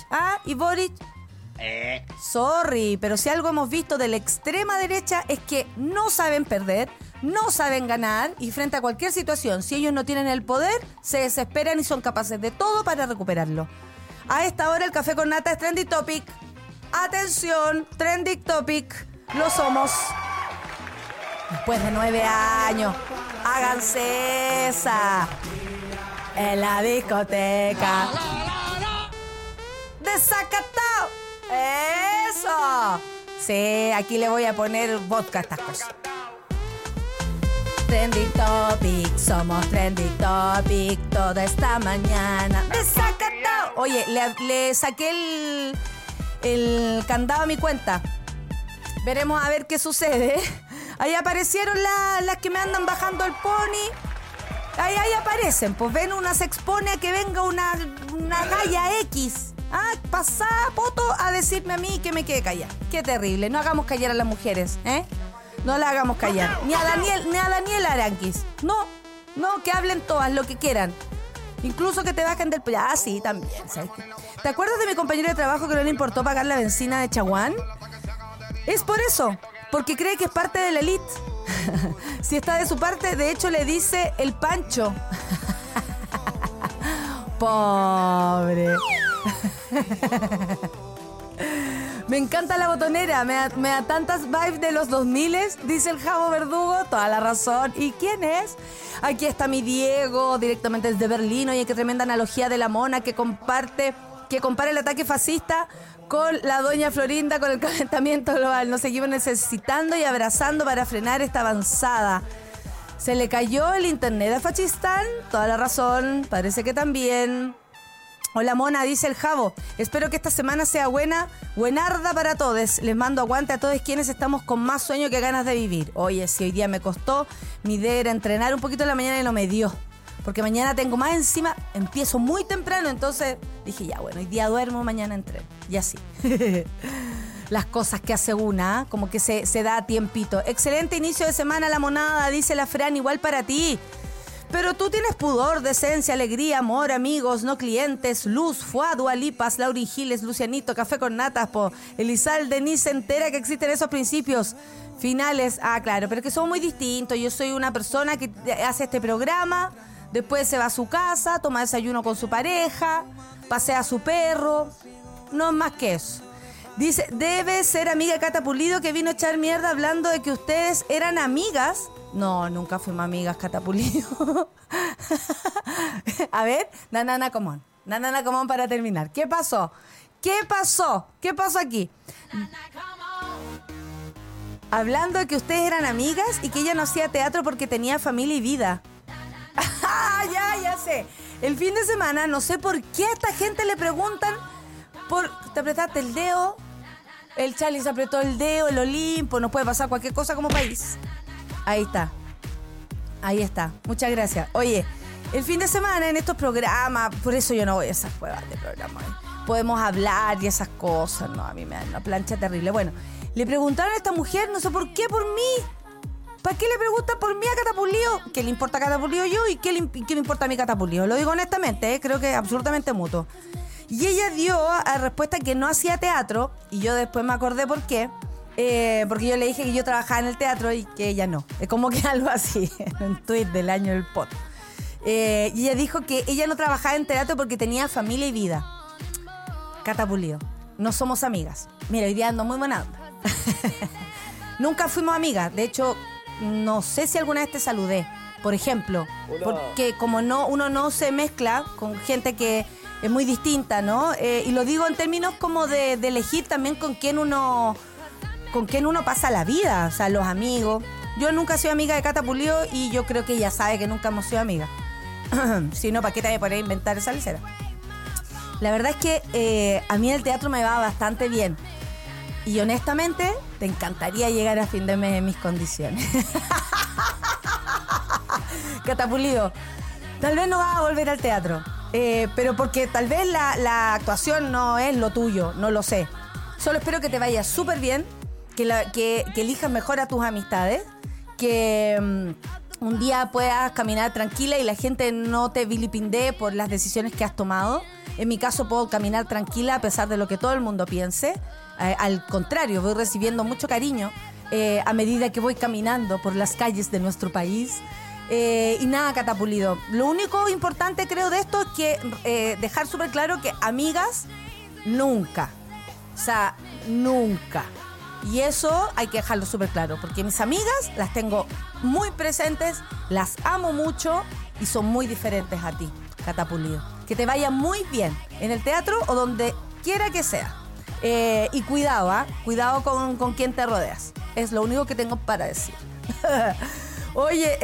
sorry, pero si algo hemos visto de la extrema derecha es que no saben perder, no saben ganar y frente a cualquier situación, si ellos no tienen el poder, se desesperan y son capaces de todo para recuperarlo. A esta hora el café con nata es Trending Topic. Atención, Trending Topic, lo somos. Después de 9 años, háganse esa en la discoteca. ¡Desacatado! ¡Eso! Sí, aquí le voy a poner vodka a estas cosas. Trending Topic, somos Trending Topic toda esta mañana. ¡Desacatado! Oye, le saqué el candado a mi cuenta. Veremos a ver qué sucede. Ahí aparecieron las que me andan bajando el pony. Ahí aparecen. Pues ven, una se expone a que venga una galla X. Pasá, poto, a decirme a mí que me quede callada. Qué terrible. No hagamos callar a las mujeres, ¿eh? No la hagamos callar. Ni a Daniel Aranquis. No, que hablen todas lo que quieran. Incluso que te bajen del... sí, también. ¿Sabes qué? ¿Te acuerdas de mi compañero de trabajo que no le importó pagar la benzina de Chaguán? Es por eso. Porque cree que es parte de la elite. Si está de su parte, de hecho le dice el Pancho. Pobre. Me encanta la botonera, me da tantas vibes de los 2000, dice el Javo Verdugo, toda la razón. ¿Y quién es? Aquí está mi Diego, directamente desde Berlín. Oye, qué tremenda analogía de la mona que compara el ataque fascista con la doña Florinda, con el calentamiento global. Nos seguimos necesitando y abrazando para frenar esta avanzada. ¿Se le cayó el internet a Fachistán? Toda la razón, parece que también. Hola mona, dice el Javo. Espero que esta semana sea buenarda para todos. Les mando aguante a todos quienes estamos con más sueño que ganas de vivir. Oye, si hoy día me costó, mi idea era entrenar un poquito en la mañana y no me dio. Porque mañana tengo más encima, empiezo muy temprano, entonces dije, ya bueno, hoy día duermo, mañana entreno. Y así. Las cosas que hace una, como que se da tiempito. Excelente inicio de semana, la monada, dice la Fran, igual para ti. Pero tú tienes pudor, decencia, alegría, amor, amigos, no clientes, Luz, Fuadua, Lipas, Laurin Giles, Lucianito, Café con Natas, Elizalde, ni se entera que existen esos principios finales. Claro, pero que son muy distintos. Yo soy una persona que hace este programa, después se va a su casa, toma desayuno con su pareja, pasea a su perro, no es más que eso. Dice, debe ser amiga Cata Pulido que vino a echar mierda hablando de que ustedes eran amigas. No, nunca fuimos amigas, Cata Pulido. A ver, Nanana Comón. Nanana Comón para terminar. ¿Qué pasó? ¿Qué pasó aquí? Hablando de que ustedes eran amigas y que ella no hacía teatro porque tenía familia y vida. Ya sé. el fin de semana, no sé por qué a esta gente le preguntan ¿te apretaste el dedo? El Charlie se apretó el dedo, el Olimpo, nos puede pasar cualquier cosa como país. Ahí está. Muchas gracias. Oye, el fin de semana en estos programas, por eso yo no voy a esas cuevas de programas. Podemos hablar y esas cosas, no, a mí me da una plancha terrible. Bueno, le preguntaron a esta mujer, no sé por qué, por mí. ¿Para qué le preguntan por mí a Catapulío? ¿Qué le importa a Catapulío yo y qué me importa a mí Catapulío? Lo digo honestamente, creo que es absolutamente mutuo. Y ella dio a respuesta que no hacía teatro, y yo después me acordé por qué. Porque yo le dije que yo trabajaba en el teatro y que ella no. Es como que algo así, en un tuit del año del pot. Y ella dijo que ella no trabajaba en teatro porque tenía familia y vida. Catapulío, no somos amigas. Mira, hoy día ando muy buena onda. Nunca fuimos amigas. De hecho, no sé si alguna vez te saludé. Por ejemplo, Hola. porque como uno no se mezcla con gente que es muy distinta, ¿no? Y lo digo en términos como de elegir también con quién uno pasa la vida, o sea, los amigos. Yo nunca he sido amiga de Catapulío y yo creo que ella sabe que nunca hemos sido amigas. Si no, ¿para qué te voy a poner a inventar esa lecera? La verdad es que a mí el teatro me va bastante bien. Y honestamente, te encantaría llegar a fin de mes en mis condiciones. Catapulío, tal vez no vas a volver al teatro. Pero porque tal vez la actuación no es lo tuyo, no lo sé. Solo espero que te vaya súper bien, que elijas mejor a tus amistades, que un día puedas caminar tranquila y la gente no te vilipindee por las decisiones que has tomado. En mi caso puedo caminar tranquila a pesar de lo que todo el mundo piense. Al contrario, voy recibiendo mucho cariño a medida que voy caminando por las calles de nuestro país. Y nada, Catapulido. Lo único importante creo de esto es que dejar súper claro que amigas, nunca. O sea, nunca. Y eso hay que dejarlo súper claro, porque mis amigas las tengo muy presentes, las amo mucho y son muy diferentes a ti, Catapulido. Que te vaya muy bien en el teatro o donde quiera que sea. Y cuidado, cuidado con quien te rodeas. Es lo único que tengo para decir. Oye,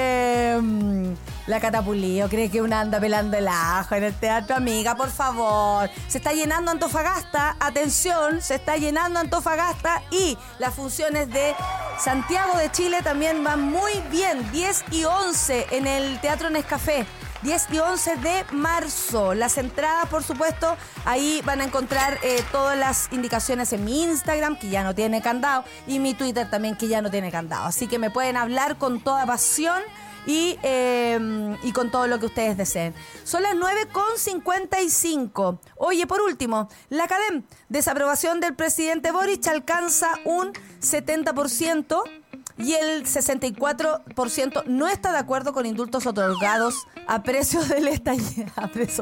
la Catapulío cree que una anda pelando el ajo en el teatro, amiga, por favor. Se está llenando Antofagasta, atención, se está llenando Antofagasta y las funciones de Santiago de Chile también van muy bien. 10 y 11 en el Teatro Nescafé. 10 y 11 de marzo. Las entradas, por supuesto, ahí van a encontrar todas las indicaciones en mi Instagram, que ya no tiene candado, y mi Twitter también, que ya no tiene candado. Así que me pueden hablar con toda pasión y con todo lo que ustedes deseen. Son las 9:55. Oye, por último, la Academ, desaprobación del presidente Boric alcanza un 70%. Y el 64% no está de acuerdo con indultos otorgados a presos del estallido.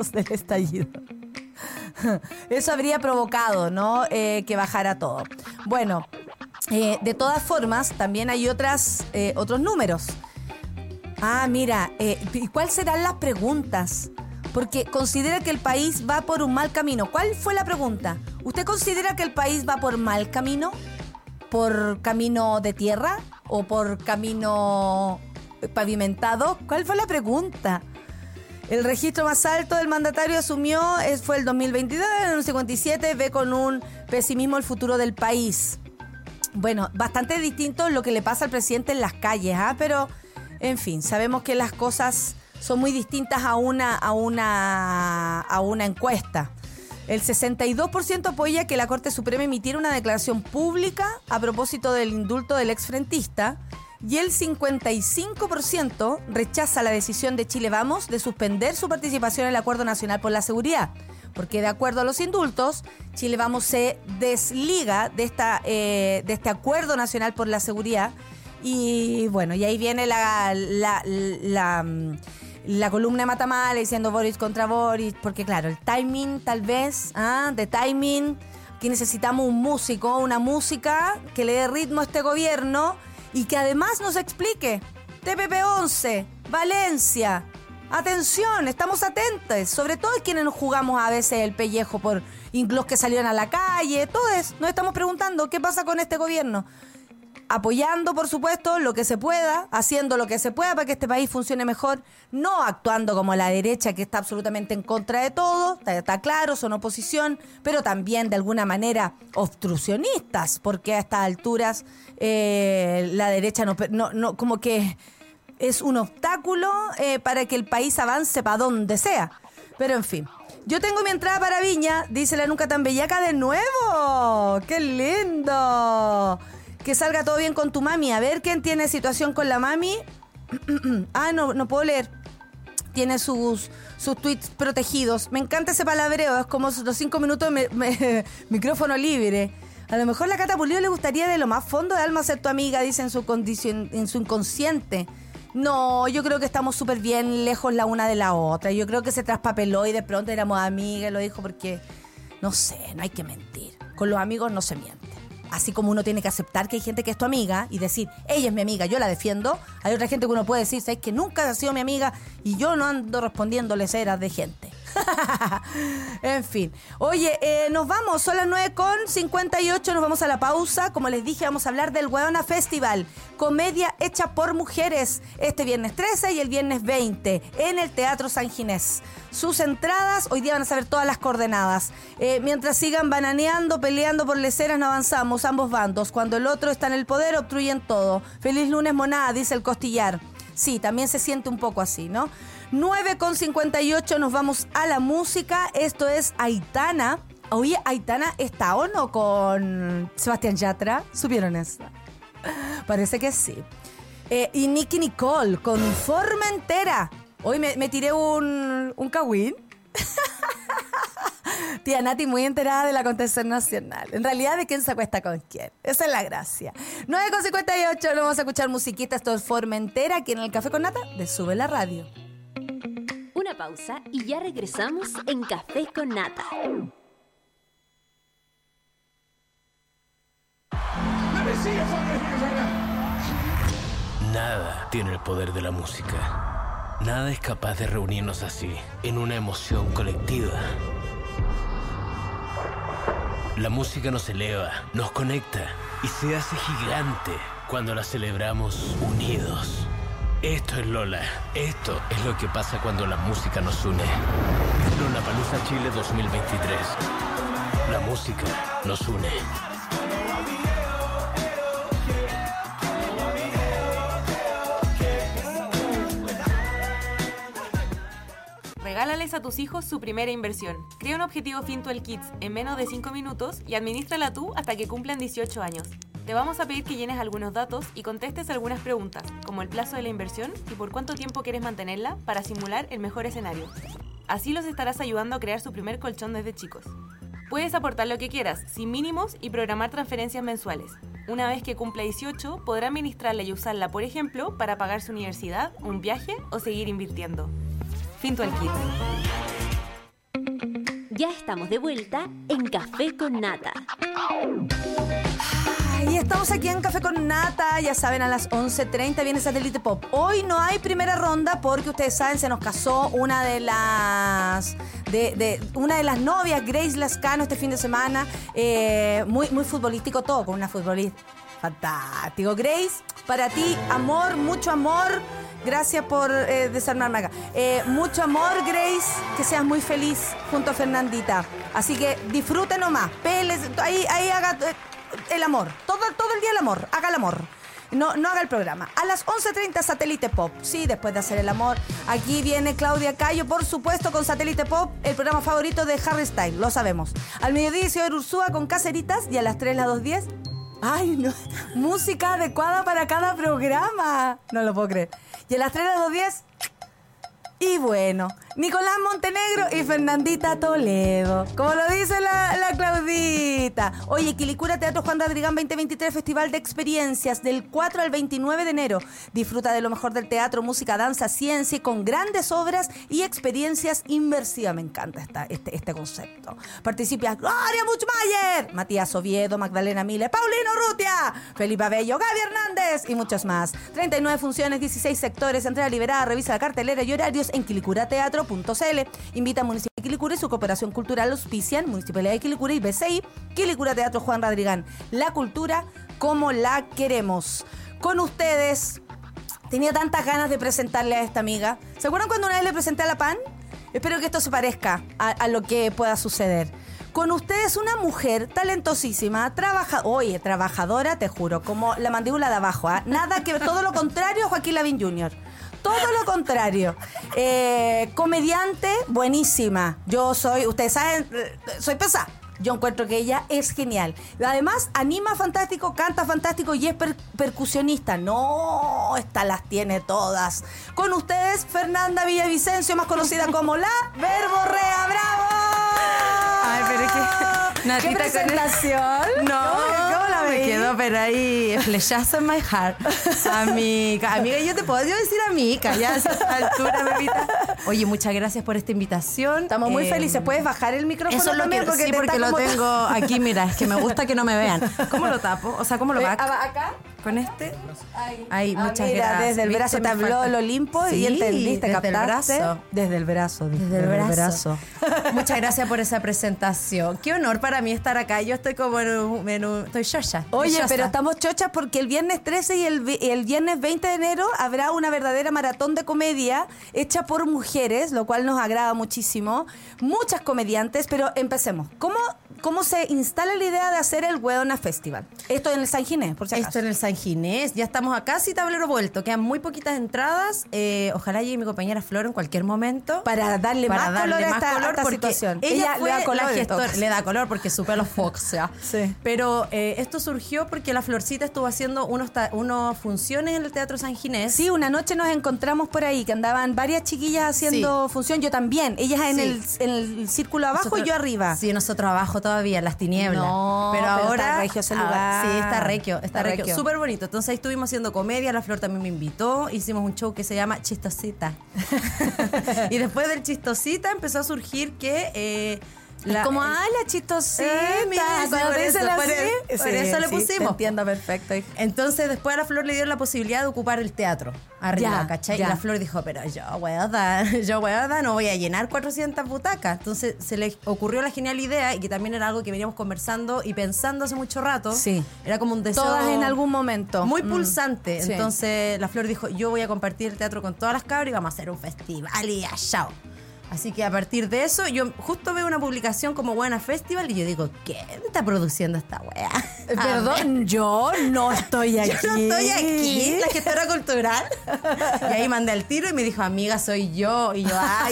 Eso habría provocado, ¿no? Que bajara todo. Bueno, de todas formas, también hay otros números. Mira, ¿cuáles serán las preguntas? Porque considera que el país va por un mal camino. ¿Cuál fue la pregunta? ¿Usted considera que el país va por mal camino? ¿Por camino de tierra o por camino pavimentado? ¿Cuál fue la pregunta? El registro más alto del mandatario asumió fue el 2022, en un 57, ve con un pesimismo el futuro del país. Bueno, bastante distinto lo que le pasa al presidente en las calles, pero en fin, sabemos que las cosas son muy distintas a una encuesta. El 62% apoya que la Corte Suprema emitiera una declaración pública a propósito del indulto del exfrentista y el 55% rechaza la decisión de Chile Vamos de suspender su participación en el Acuerdo Nacional por la Seguridad, porque de acuerdo a los indultos, Chile Vamos se desliga de este Acuerdo Nacional por la Seguridad y bueno, y ahí viene la columna de Matamala diciendo Boris contra Boris, porque claro, el timing tal vez, de timing, que necesitamos un músico, una música que le dé ritmo a este gobierno y que además nos explique. TPP-11, Valencia, atención, estamos atentos, sobre todo quienes nos jugamos a veces el pellejo por los que salieron a la calle, todos nos estamos preguntando qué pasa con este gobierno. apoyando, por supuesto, lo que se pueda, haciendo lo que se pueda para que este país funcione mejor, no actuando como la derecha que está absolutamente en contra de todo, está claro, son oposición, pero también de alguna manera obstruccionistas, porque a estas alturas la derecha no como que es un obstáculo para que el país avance para donde sea. Pero en fin. Yo tengo mi entrada para Viña, dice la Nunca Tan Bellaca de nuevo. ¡Qué lindo! Que salga todo bien con tu mami. A ver quién tiene situación con la mami. No puedo leer. Tiene sus tweets protegidos. Me encanta ese palabreo. Es como los 5 minutos micrófono libre. A lo mejor la Cata Pulido le gustaría de lo más fondo de alma ser tu amiga, dice en su inconsciente. No, yo creo que estamos súper bien lejos la una de la otra. Yo creo que se traspapeló y de pronto éramos amigas, lo dijo porque, no sé, no hay que mentir. Con los amigos no se miente. Así como uno tiene que aceptar que hay gente que es tu amiga y decir, ella es mi amiga, yo la defiendo. Hay otra gente que uno puede decir, sabes que nunca ha sido mi amiga y yo no ando respondiéndoles eras de gente. En fin. Oye, nos vamos, son las 9:58, nos vamos a la pausa. Como les dije, vamos a hablar del Weona Festival, comedia hecha por mujeres, este viernes 13 y el viernes 20 en el Teatro San Ginés. Sus entradas, hoy día van a saber todas las coordenadas. Mientras sigan bananeando, peleando por leceras, no avanzamos, ambos bandos. Cuando el otro está en el poder, obstruyen todo. Feliz lunes, monada, dice el Costillar. Sí, también se siente un poco así, ¿no? 9:58, nos vamos a la música. Esto es Aitana. Oye, ¿Aitana está o no con Sebastián Yatra? ¿Supieron eso? Parece que sí. Y Nicki Nicole con Formentera. Hoy me tiré un cagüín. Tía Nati muy enterada de la contestación nacional. En realidad, ¿de quién se acuesta con quién? Esa es la gracia. 9:58, lo vamos a escuchar musiquita. Esto es Formentera, aquí en el Café con Nata de Sube la Radio. Una pausa y ya regresamos en Café con Nata. Nada tiene el poder de la música. Nada es capaz de reunirnos así, en una emoción colectiva. La música nos eleva, nos conecta y se hace gigante cuando la celebramos unidos. Esto es Lola. Esto es lo que pasa cuando la música nos une. Lollapalooza Chile 2023. La música nos une. Regálales a tus hijos su primera inversión. Crea un objetivo Fintual Kids en menos de 5 minutos y adminístrala tú hasta que cumplan 18 años. Te vamos a pedir que llenes algunos datos y contestes algunas preguntas, como el plazo de la inversión y por cuánto tiempo quieres mantenerla para simular el mejor escenario. Así los estarás ayudando a crear su primer colchón desde chicos. Puedes aportar lo que quieras, sin mínimos, y programar transferencias mensuales. Una vez que cumpla 18, podrá administrarla y usarla, por ejemplo, para pagar su universidad, un viaje o seguir invirtiendo. Fintual Kids. Ya estamos de vuelta en Café con Nata. Y estamos aquí en Café con Nata, ya saben, a las 11:30 viene Satélite Pop. Hoy no hay primera ronda porque ustedes saben, se nos casó una de las novias, Grace Lascano, este fin de semana. Muy futbolístico todo, con una futbolista fantástico. Grace, para ti, amor, mucho amor. Gracias por desarmarme acá. Mucho amor, Grace, que seas muy feliz junto a Fernandita. Así que disfrute nomás, peles, ahí haga el amor, todo el día el amor, haga el amor. No haga el programa. A las 11:30 Satélite Pop. Sí, después de hacer el amor. Aquí viene Claudia Cayo, por supuesto, con Satélite Pop, el programa favorito de Harry Styles, lo sabemos. Al mediodía Isidora Ursúa con Caseritas y a las 3 las 2:10. ¡Ay, no! Música adecuada para cada programa. No lo puedo creer. Y a las 3 las 2:10. Y bueno, Nicolás Montenegro y Fernandita Toledo, como lo dice la Claudita. Oye, Quilicura Teatro Juan Radrigán 2023, Festival de Experiencias, del 4 al 29 de enero. Disfruta de lo mejor del teatro, música, danza, ciencia, con grandes obras y experiencias inmersivas. Me encanta este concepto. Participa Gloria Buchmayer, Matías Oviedo, Magdalena Miller, Paulino Rutia, Felipe Abello, Gaby Hernández y muchos más. 39 funciones, 16 sectores, entrada liberada. Revisa la cartelera y horarios en quilicurateatro.cl. Invita a Municipio de Quilicura y su cooperación cultural auspician Municipalidad de Quilicura y BCI. Quilicura Teatro Juan Radrigán. La cultura como la queremos. Con ustedes, tenía tantas ganas de presentarle a esta amiga. ¿Se acuerdan cuando una vez le presenté a la Pan? Espero que esto se parezca a lo que pueda suceder. Con ustedes una mujer talentosísima, trabajadora, te juro, como la mandíbula de abajo, ¿eh? Nada que todo lo contrario a Joaquín Lavín Jr., todo lo contrario. Comediante, buenísima. Ustedes saben, soy pesada. Yo encuentro que ella es genial. Además, anima fantástico, canta fantástico y es percusionista. No, esta las tiene todas. Con ustedes, Fernanda Villavicencio, más conocida como la Verborrea. ¡Bravo! Ay, pero es que... Natita, ¿qué presentación? No, ¿Cómo la me veí? quedó, pero ahí, flechazo en my heart. Amiga, yo te puedo decir amiga, ya a esa altura, bebita. Oye, muchas gracias por esta invitación. Estamos muy felices. ¿Puedes bajar el micrófono Eso es lo también? que, sí, te porque está lo como- tengo aquí, mira, es que me gusta que no me vean. ¿Cómo lo tapo? O sea, ¿cómo lo bajo? ¿Acá? ¿Con este? Ahí, muchas mira, gracias. desde el ¿Viste? brazo te Me habló falta. el Olimpo y Sí, entendiste, desde el captaste. brazo. Desde el brazo. Desde el brazo. Muchas gracias por esa presentación. Qué honor para mí estar acá. Yo estoy como estoy chocha. Oye, chocha. pero estamos chochas porque el viernes 13 y el viernes 20 de enero habrá una verdadera maratón de comedia hecha por mujeres, lo cual nos agrada muchísimo. Muchas comediantes, pero empecemos. ¿Cómo se instala la idea de hacer el Hueona Festival? Esto en el San Ginés, por si acaso. Esto en el San Ginés. Ya estamos a casi tablero vuelto. Quedan muy poquitas entradas. Ojalá llegue mi compañera Flor en cualquier momento. Para darle más color a esta porque situación. Ella fue le da color la en todo gestora. caso. Le da color porque su pelo foxia. Sí. Pero esto surgió porque la Florcita estuvo haciendo unos funciones en el Teatro San Ginés. Sí, una noche nos encontramos por ahí, que andaban varias chiquillas haciendo función, yo también. Ellas en el círculo abajo Nosotros- y yo arriba. Sí, nosotros abajo todavía, en las tinieblas. No, pero pero ahora está regio ese lugar. Sí, está regio. Está regio. Súper bonito. Entonces ahí estuvimos haciendo comedia. La Flor también me invitó. Hicimos un show que se llama Chistosita. Y después del Chistosita empezó a surgir que... Como, la chistosita. mira, Cuando por te dicen eso, así. por eso le pusimos. Te entiendo perfecto. Entonces después a la Flor le dieron la posibilidad de ocupar el teatro arriba, Ya, ¿cachai? ya. Y la Flor dijo, pero yo, huevada, no voy a llenar 400 butacas. Entonces se le ocurrió la genial idea, y que también era algo que veníamos conversando y pensando hace mucho rato. Sí. Era como un deseo... Todas en algún momento. Muy pulsante. Sí. Entonces la Flor dijo, yo voy a compartir el teatro con todas las cabras y vamos a hacer un festival y chao. Así que a partir de eso, yo justo veo una publicación como Hueona Festival y yo digo, ¿quién está produciendo esta wea? Perdón, yo no estoy aquí. Yo no estoy aquí, la gestora cultural. Y ahí mandé al tiro y me dijo, amiga, soy yo. Y yo,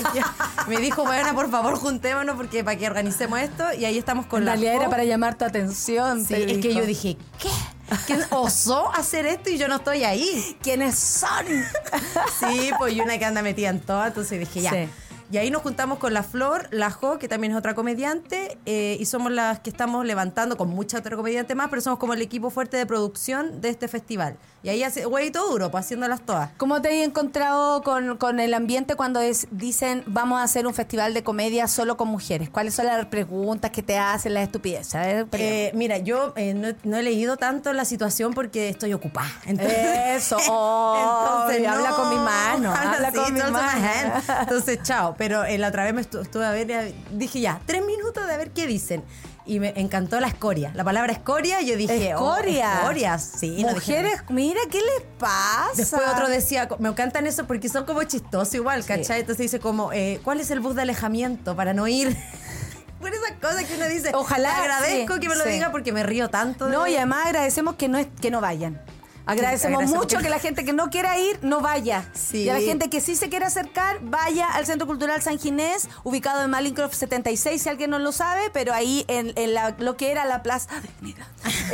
me dijo, bueno, por favor, juntémonos porque para que organicemos esto. Y ahí estamos con En la realidad Jo. era para llamar tu atención. Sí, te es que dijo. yo dije, ¿qué? ¿Quién osó hacer esto y yo no estoy ahí? ¿Quiénes son? Sí, pues y una que anda metida en todo, entonces dije, ya. Sí. Y ahí nos juntamos con la Flor, la Jo, que también es otra comediante, y somos las que estamos levantando con mucha otra comediante más, pero somos como el equipo fuerte de producción de este festival. Y ahí hace huevito duro, pues haciéndolas todas. ¿Cómo te has encontrado con el ambiente cuando dicen vamos a hacer un festival de comedia solo con mujeres? ¿Cuáles son las preguntas que te hacen, las estupideces? A ver, Mira, yo no he leído tanto la situación porque estoy ocupada. Eso, Entonces, habla con mi mano, habla Sí, con mi entonces, mano. Entonces, chao. Pero la otra vez me estuve a ver, dije ya, 3 minutos de ver qué dicen. Y me encantó la escoria. La palabra escoria, yo dije, ¿Escoria? escoria, sí. no dije Mujeres, mira, ¿qué les pasa? Después otro decía, me encantan eso porque son como chistosos igual, ¿cachai? Entonces dice como, ¿cuál es el bus de alejamiento para no ir? Por esas cosas que uno dice, Ojalá, te agradezco sí, que me lo sí. diga porque me río tanto. No, y además agradecemos que no vayan. Agradecemos agradecemos mucho que la gente que no quiera ir, no vaya. Sí. Y a la gente que sí se quiere acercar, vaya al Centro Cultural San Ginés, ubicado en Malincroft 76, si alguien no lo sabe, pero ahí en lo que era la Plaza Avenida.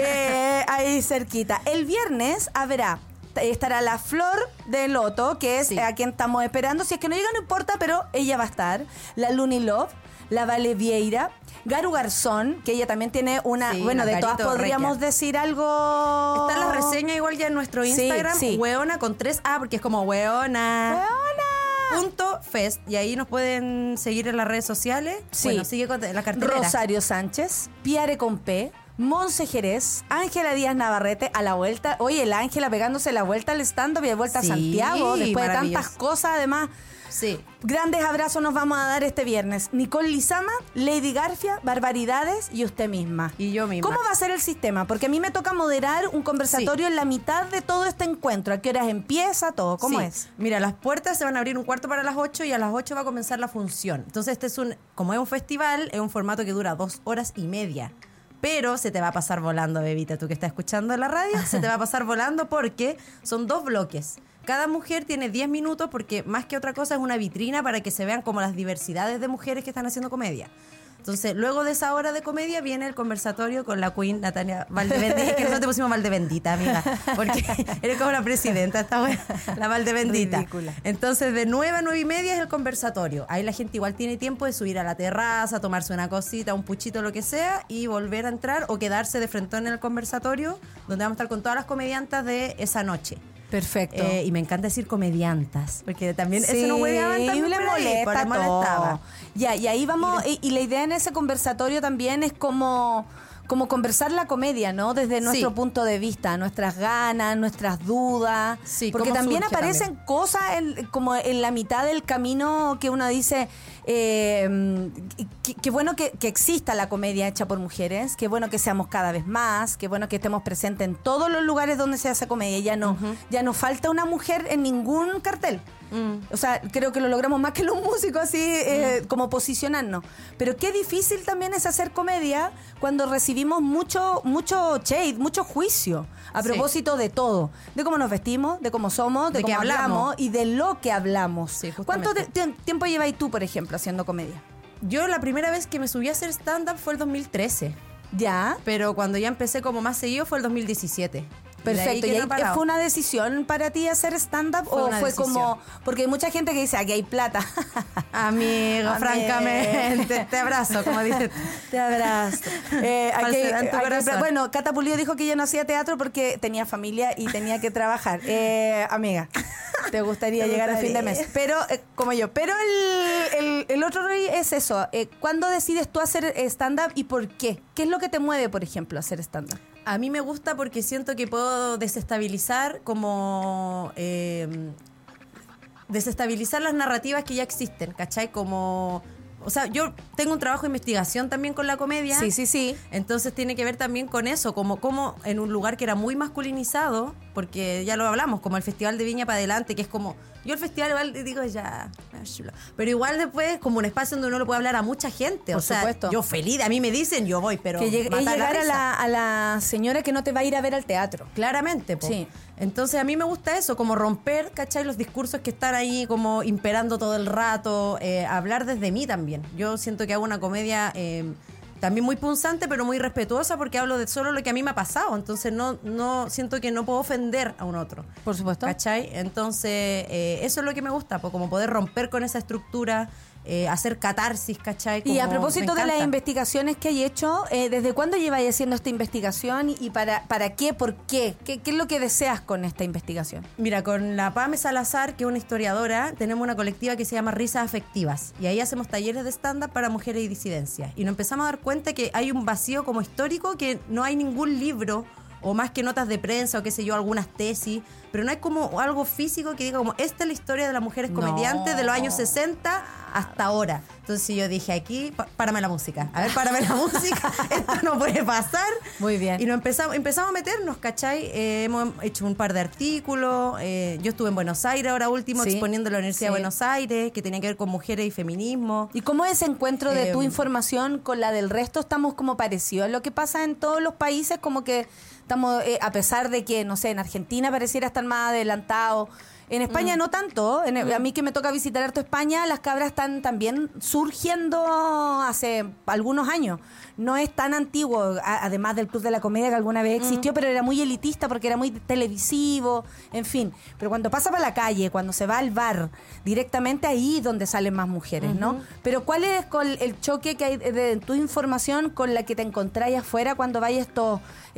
Ahí cerquita. El viernes estará la Flor de Loto, que es a quien estamos esperando. Si es que no llega, no importa, pero ella va a estar. La Luni Love, la Vale Vieira, Garu Garzón, que ella también tiene una... Sí, bueno, una de todas carito podríamos regia. decir algo... Está la reseña igual ya en nuestro Sí, Instagram, sí. Hueona con 3A, porque es como Hueona. ¡Hueona! .fest. Y ahí nos pueden seguir en las redes sociales. Sí. Bueno, sigue con la cartelera. Rosario Sánchez, Piare con P, Monse Jerez, Ángela Díaz Navarrete a la vuelta. Oye, el Ángela pegándose la vuelta al stand-up y de vuelta Sí, a Santiago, después de maravilloso. tantas cosas, además. Sí. Grandes abrazos nos vamos a dar este viernes. Nicole Lizama, Lady Garfia, Barbaridades y usted misma. Y yo misma. ¿Cómo va a ser el sistema? Porque a mí me toca moderar un conversatorio en la mitad de todo este encuentro. ¿A qué horas empieza todo? ¿Cómo Sí. es? Mira, las puertas se van a abrir un cuarto para las 8 y a las 8 va a comenzar la función. Entonces, como es un festival, es un formato que dura 2 horas y media. Pero se te va a pasar volando, bebita. Tú que estás escuchando la radio, se te va a pasar volando porque son 2 bloques. Cada mujer tiene 10 minutos porque más que otra cosa es una vitrina para que se vean como las diversidades de mujeres que están haciendo comedia. Entonces, luego de esa hora de comedia viene el conversatorio con la Queen Natalia Valdebendita. Es que nosotros te pusimos Valdebendita, amiga, porque eres como la presidenta, esta buena, la Valdebendita. Ridícula. Entonces, de 9 a 9 y media es el conversatorio. Ahí la gente igual tiene tiempo de subir a la terraza, tomarse una cosita, un puchito, lo que sea, y volver a entrar o quedarse de frentón en el conversatorio, donde vamos a estar con todas las comediantas de esa noche. Perfecto. Y me encanta decir comediantas, porque también Sí, eso no hueveaban también le por ahí, molesta les molestaba. todo. Ya, y ahí vamos, y la idea en ese conversatorio también es como conversar la comedia, ¿no? Desde nuestro punto de vista, nuestras ganas, nuestras dudas. Sí, porque cómo también surge aparecen también. cosas como en la mitad del camino que uno dice, qué bueno que exista la comedia hecha por mujeres, qué bueno que seamos cada vez más, qué bueno que estemos presentes en todos los lugares donde se hace comedia. Ya no falta una mujer en ningún cartel. O sea, creo que lo logramos más que los músicos, así como posicionarnos. Pero qué difícil también es hacer comedia cuando recibimos mucho shade, mucho juicio a Sí. propósito de todo. De cómo nos vestimos, de cómo somos, de De cómo qué hablamos y de lo que hablamos. Sí, ¿Cuánto justamente. tiempo lleváis tú, por ejemplo, haciendo comedia? Yo la primera vez que me subí a hacer stand-up fue el 2013, ¿Ya? pero cuando ya empecé como más seguido fue el 2017. Perfecto. ¿Y ¿Y ahí fue una decisión para ti hacer stand-up Fue o una fue decisión. como...? Porque hay mucha gente que dice, aquí hay plata. Amigo, francamente, te abrazo, como dices. Te abrazo. Falsedad en tu corazón. Bueno, Cata Pulido dijo que ella no hacía teatro porque tenía familia y tenía que trabajar. Amiga, te gustaría llegar a fin de mes. Pero, como yo. Pero el otro rey es eso. ¿Cuándo decides tú hacer stand-up y por qué? ¿Qué es lo que te mueve, por ejemplo, a hacer stand-up? A mí me gusta porque siento que puedo desestabilizar desestabilizar las narrativas que ya existen, ¿cachai? O sea, yo tengo un trabajo de investigación también con la comedia. Sí. Entonces tiene que ver también con eso, como en un lugar que era muy masculinizado, porque ya lo hablamos, como el Festival de Viña para adelante, que es como, yo el festival igual digo ya, pero igual después como un espacio donde uno le puede hablar a mucha gente, Por supuesto. yo feliz, a mí me dicen, yo voy, pero Que es matar la llegar risa. a la señora que no te va a ir a ver al teatro. Claramente, po. Sí. Entonces a mí me gusta eso, como romper, ¿cachai? Los discursos que están ahí como imperando todo el rato, hablar desde mí también. Yo siento que hago una comedia también muy punzante, pero muy respetuosa porque hablo de solo lo que a mí me ha pasado. Entonces no siento que no puedo ofender a un otro. Por supuesto. ¿Cachai? Entonces eso es lo que me gusta, pues, como poder romper con esa estructura, hacer catarsis, ¿cachai? Y a Como propósito me de las encanta. investigaciones que hay hecho, ¿desde cuándo lleváis haciendo esta investigación y para qué, por qué? ¿Qué es lo que deseas con esta investigación? Mira, con la Pame Salazar, que es una historiadora, tenemos una colectiva que se llama Risas Afectivas. Y ahí hacemos talleres de stand-up para mujeres y disidencias. Y nos empezamos a dar cuenta que hay un vacío como histórico, que no hay ningún libro, o más que notas de prensa, o qué sé yo, algunas tesis, pero no hay como algo físico que diga como, esta es la historia de las mujeres comediantes de los años 60 hasta ahora. Entonces yo dije, aquí, párame la música. A ver, párame la música. Esto no puede pasar. Muy bien. Y nos empezamos a meternos, ¿cachai? Hemos hecho un par de artículos. Yo estuve en Buenos Aires ahora último, Sí. exponiendo en la Universidad Sí. de Buenos Aires, que tenía que ver con mujeres y feminismo. ¿Y cómo es ese encuentro de tu información con la del resto? Estamos como parecidos a lo que pasa en todos los países, como que estamos, a pesar de que, no sé, en Argentina pareciera estar más adelantado. En España no tanto. A mí que me toca visitar harto España, las cabras están también surgiendo hace algunos años. No es tan antiguo, además del Club de la Comedia que alguna vez existió, pero era muy elitista porque era muy televisivo, en fin. Pero cuando pasa para la calle, cuando se va al bar, directamente ahí donde salen más mujeres, ¿no? Pero ¿cuál es el choque que hay de tu información con la que te encontráis afuera cuando vais a estos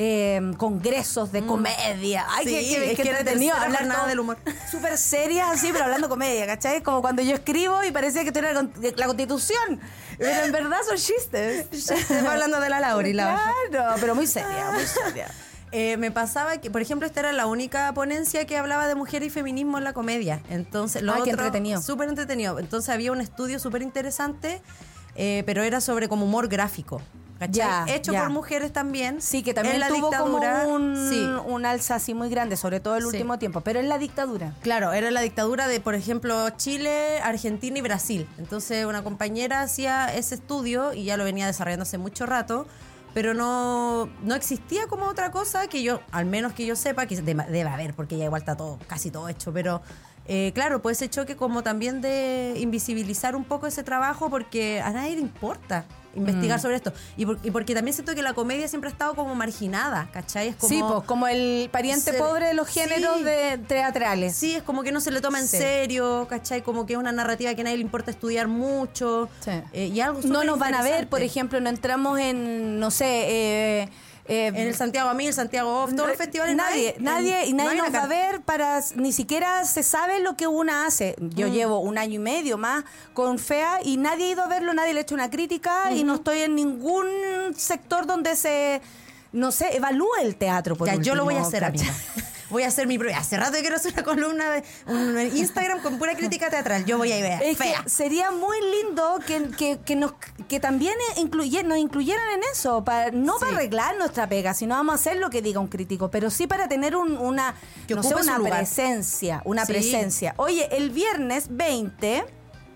congresos de comedia? Ay, Sí, qué es que era entretenido tercera hablar jornada todo del humor. súper serias así, pero hablando comedia, ¿cachai? Como cuando yo escribo y parecía que esto era la Constitución, pero en verdad son chistes. Estaba hablando de la Laura y la Claro, pero muy seria, muy seria. Me pasaba que, por ejemplo, esta era la única ponencia que hablaba de mujer y feminismo en la comedia. Entonces, qué entretenido. Súper entretenido. Entonces había un estudio súper interesante, pero era sobre como humor gráfico. ¿Cachai? Hecho por mujeres también. Sí, que también en la tuvo dictadura, como sí. un alza así muy grande, sobre todo el último tiempo, pero en la dictadura. Claro, era la dictadura de, por ejemplo, Chile, Argentina y Brasil. Entonces una compañera hacía ese estudio y ya lo venía desarrollando hace mucho rato, pero no existía como otra cosa que yo, al menos que yo sepa, que debe haber, porque ya igual está todo, casi todo hecho, pero claro, pues ese choque como también de invisibilizar un poco ese trabajo, porque a nadie le importa investigar sobre esto. Y porque también siento que la comedia siempre ha estado como marginada, ¿cachai? Es como, Sí, pues como el pariente pobre de los géneros teatrales. Sí, es como que no se le toma en serio, ¿cachai? Como que es una narrativa que a nadie le importa estudiar mucho. Sí. Y algo No nos van a ver, superinteresante. por ejemplo, no entramos en, no sé... en el Santiago a mí, el Santiago Off, todos los festivales. Nadie no hay nos una va a ver ni siquiera se sabe lo que una hace. Yo llevo 1 año y medio más con FEA y nadie ha ido a verlo, nadie le ha hecho una crítica y no estoy en ningún sector donde se, no sé, evalúe el teatro. Por Ya, yo lo voy a último, hacer, ¿cachai? amiga. Voy a hacer mi propia. Hace rato que quiero hacer una columna de un Instagram con pura crítica teatral. Yo voy a ir a ver. Es que sería muy lindo que también nos incluyeran en eso, para arreglar nuestra pega, si no vamos a hacer lo que diga un crítico, pero sí para tener una Que ocupe su lugar. presencia, Sí. presencia. Oye, el viernes 20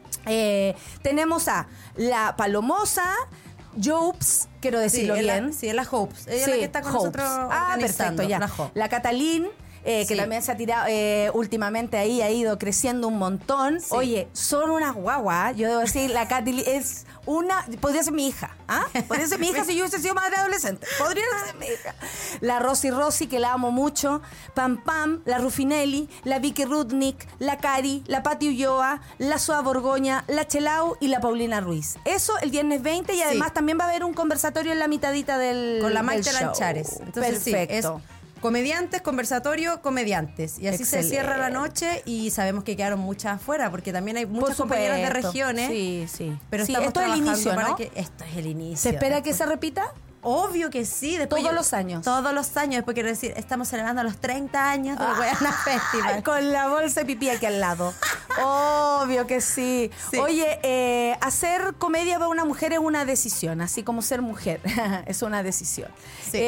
tenemos a La Palomosa, Jobs, quiero decirlo bien. Sí, es la Hopes. Ella es la que está con Hopes. nosotros Ah, organizando, perfecto, ya. la Hope. La Catalín, que Sí. también se ha tirado últimamente ahí, ha ido creciendo un montón. Sí. Oye, son unas guaguas. Yo debo decir, la Katy es podría ser mi hija. ¿Ah? Podría ser mi hija si yo hubiese sido madre adolescente. Podría ser mi hija. La Rosy, que la amo mucho. Pam Pam, la Rufinelli, la Vicky Rudnick, la Cari, la Pati Ulloa, la Soa Borgoña, la Chelau y la Paulina Ruiz. Eso el viernes 20 y además también va a haber un conversatorio en la mitadita del con la del Maite show. Lanchares. Entonces, Perfecto. sí, es comediantes, conversatorio, comediantes. Y así Excelente. se cierra la noche y sabemos que quedaron muchas afuera, porque también hay muchas compañeras de supuesto. regiones. Sí, sí. Pero Sí, estamos esto es el trabajando inicio, para ¿no? que esto es el inicio. ¿Se espera que Después- se repita? Obvio que sí. Después Todos los años. Todos los años. Después quiero decir, estamos celebrando los 30 años del Guayana Festival. Con la bolsa de pipí aquí al lado. Obvio que sí. Sí. Oye, hacer comedia para una mujer es una decisión, así como ser mujer es una decisión. Sí.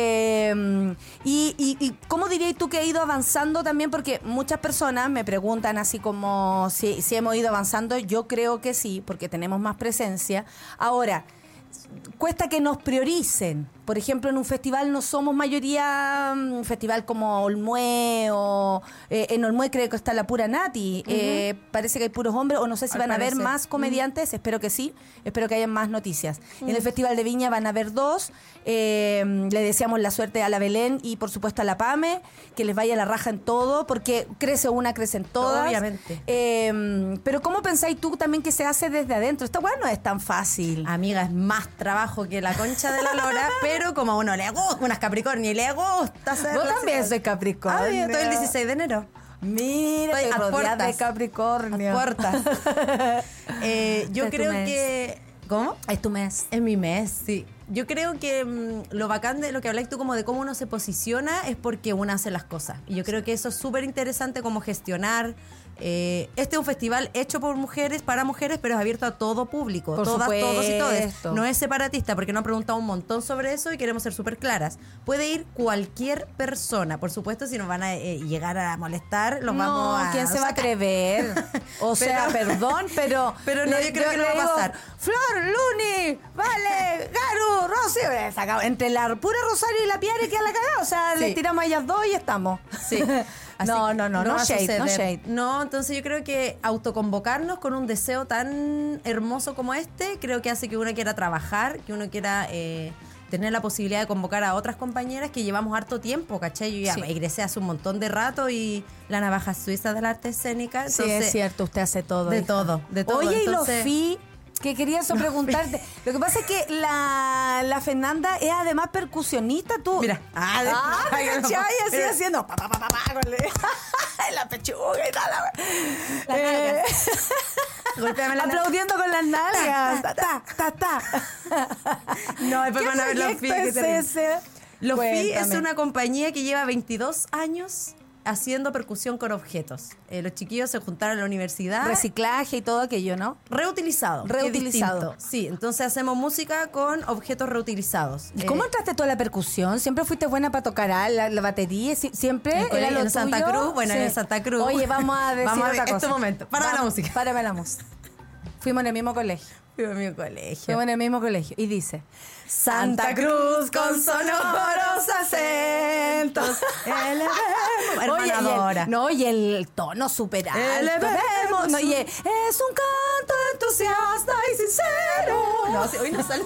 Y ¿cómo dirías tú que ha ido avanzando también? Porque muchas personas me preguntan así como si hemos ido avanzando. Yo creo que sí, porque tenemos más presencia. Ahora, cuesta que nos prioricen. Por ejemplo, en un festival no somos mayoría, un festival como Olmué o en Olmué creo que está la pura Nati. Parece que hay puros hombres o no sé si Al van a haber parecer. más comediantes. Espero que sí. Espero que hayan más noticias. En el Festival de Viña van a haber 2. Le deseamos la suerte a la Belén y por supuesto a la Pame, que les vaya la raja en todo, porque crece una, crecen todas. Obviamente. Pero ¿cómo pensáis tú también que se hace desde adentro? Esta weá no es tan fácil. Amiga, es más trabajo que la concha de la lora, pero como a uno le gusta, unas Capricornio y le gusta hacer. Vos también soy Capricornio. Ah, yo estoy el 16 de enero. Mira, Estoy te a rodeas de puertas. Capricornio. A puertas. Yo Es tu creo mes. que... ¿Cómo? Es tu mes. Es mi mes, sí. Yo creo que lo bacán de lo que habláis tú como de cómo uno se posiciona es porque uno hace las cosas. Y yo creo que eso es súper interesante como gestionar. Este es un festival hecho por mujeres, para mujeres, pero es abierto a todo público. Por todas, todos y todas. supuesto. No es separatista porque nos han preguntado un montón sobre eso y queremos ser súper claras. Puede ir cualquier persona. Por supuesto, si nos van a llegar a molestar, los vamos a... ¿quién se va a sacar. atrever? O sea, perdón, pero... Pero no, yo creo que no va a le digo, pasar. Flor, Luni, Vale, Garu, Rosy. Sacado. Entre la pura Rosario y la Piare queda la cagada. O sea, Sí. le tiramos a ellas 2 y estamos. Sí. Así No va shade, a no suceder. shade. No, entonces yo creo que autoconvocarnos con un deseo tan hermoso como este, creo que hace que uno quiera trabajar, que uno quiera tener la posibilidad de convocar a otras compañeras que llevamos harto tiempo, ¿cachai? Yo ya Sí. egresé hace un montón de rato y la navaja suiza del arte escénica. Sí, Entonces, es cierto, usted hace todo. De hija. todo, de todo. Oye, Entonces- y los FI, que quería eso preguntarte. Lo que pasa es que la Fernanda es además percusionista, tú. Mira. ¿me cachai? Así Mira. haciendo pa, pa, pa, pa, pa, con la pechuga y tal. Las nalgas. Golpéame la nalga. Aplaudiendo con las nalgas. Ta, ta, ta, ta. No, después ¿Qué van a ver los proyecto FI. es ese? Lofi es Cuéntame. una compañía que lleva 22 años haciendo percusión con objetos. Los chiquillos se juntaron en la universidad. Reciclaje y todo aquello, ¿no? Reutilizado. que es Reutilizado. distinto. Sí, entonces hacemos música con objetos reutilizados. ¿Y cómo entraste tú a la percusión? ¿Siempre fuiste buena para tocar la batería? ¿Siempre era lo en Santa tuyo? Cruz? Bueno, Sí. en Santa Cruz. Oye, vamos a decir Vamos a ver otra cosa. este momento. Párame la música. Párame la música. Fuimos en el mismo colegio. Fuimos a mi colegio. Fuimos en el mismo colegio. Y dice... Santa Cruz con sonoros acentos. Oye, y Hermanadora. y el tono súper alto. Elevemos No, y es un canto entusiasta y sincero. No, sí, hoy no sale.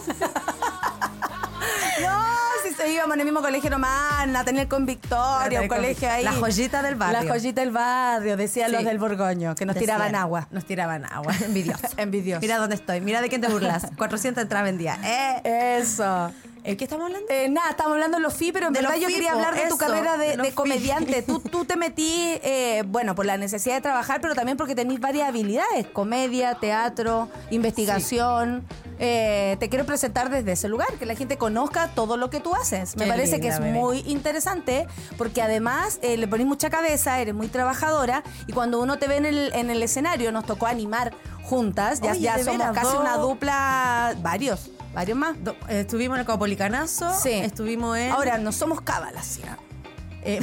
No, si se íbamos en el mismo colegio nomás, a tener con Victoria, un colegio ahí. La joyita del barrio. La joyita del barrio, decían Sí. los del Borgoño, que nos Decían, tiraban agua. Nos tiraban agua. Envidioso. Envidioso. Mira dónde estoy. Mira de quién te burlas. 400 entradas vendidas. Eso. ¿En qué estamos hablando? Nada, estamos hablando de los FI, pero en De verdad los yo FI, quería po, hablar de tu eso, carrera de los de FI. comediante. Tú te metí, bueno, por la necesidad de trabajar, pero también porque tenés varias habilidades. Comedia, teatro, investigación. Te quiero presentar desde ese lugar, que la gente conozca todo lo que tú haces. Me Qué parece linda, que es bebé. muy interesante, porque además le ponés mucha cabeza, eres muy trabajadora, y cuando uno te ve en el escenario, nos tocó animar juntas, ya, Oye, ya de somos veras, casi dos- una dupla, varios más. Estuvimos en el Caupolicanazo. Sí. Estuvimos en... Ahora, no somos cábalas, ¿ya? Eh,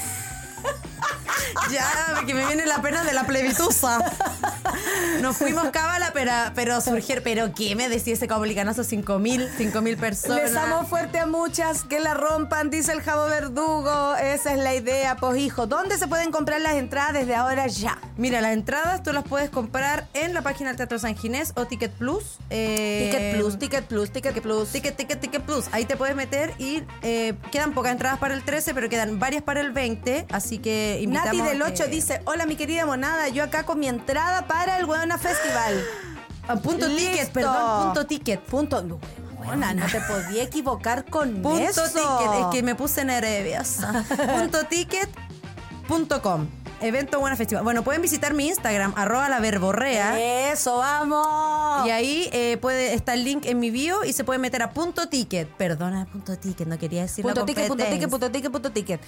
ya, que me viene la pena de la plebitusa. Nos fuimos cábala, pero surgir. ¿Pero qué me decía ese Caupolicanazo? 5.000 personas. Les amo fuerte a muchas, que la rompan, dice el Jabo Verdugo. Esa es la idea, pues hijo. ¿Dónde se pueden comprar las entradas desde ahora ya? Mira, las entradas tú las puedes comprar en la página del Teatro San Ginés o Ticket Plus. Ticket Plus. Ahí te puedes meter y quedan pocas entradas para el 13, pero quedan varias para el 20. Así que invitamos Nati del a 8 que- dice, hola mi querida monada, yo acá con mi entrada para el Buena Festival. Punto Listo. ticket, perdón, punto ticket. Buena, no te podía equivocar con Punto eso. ticket, es que me puse nerviosa. Puntoticket.com. Evento Buena Festival. Bueno, pueden visitar mi Instagram, @laverborrea. Eso, vamos. Y ahí está el link en mi bio y se puede meter a punto ticket. Perdona, punto ticket, no quería decir Punto la ticket. competencia. Punto ticket.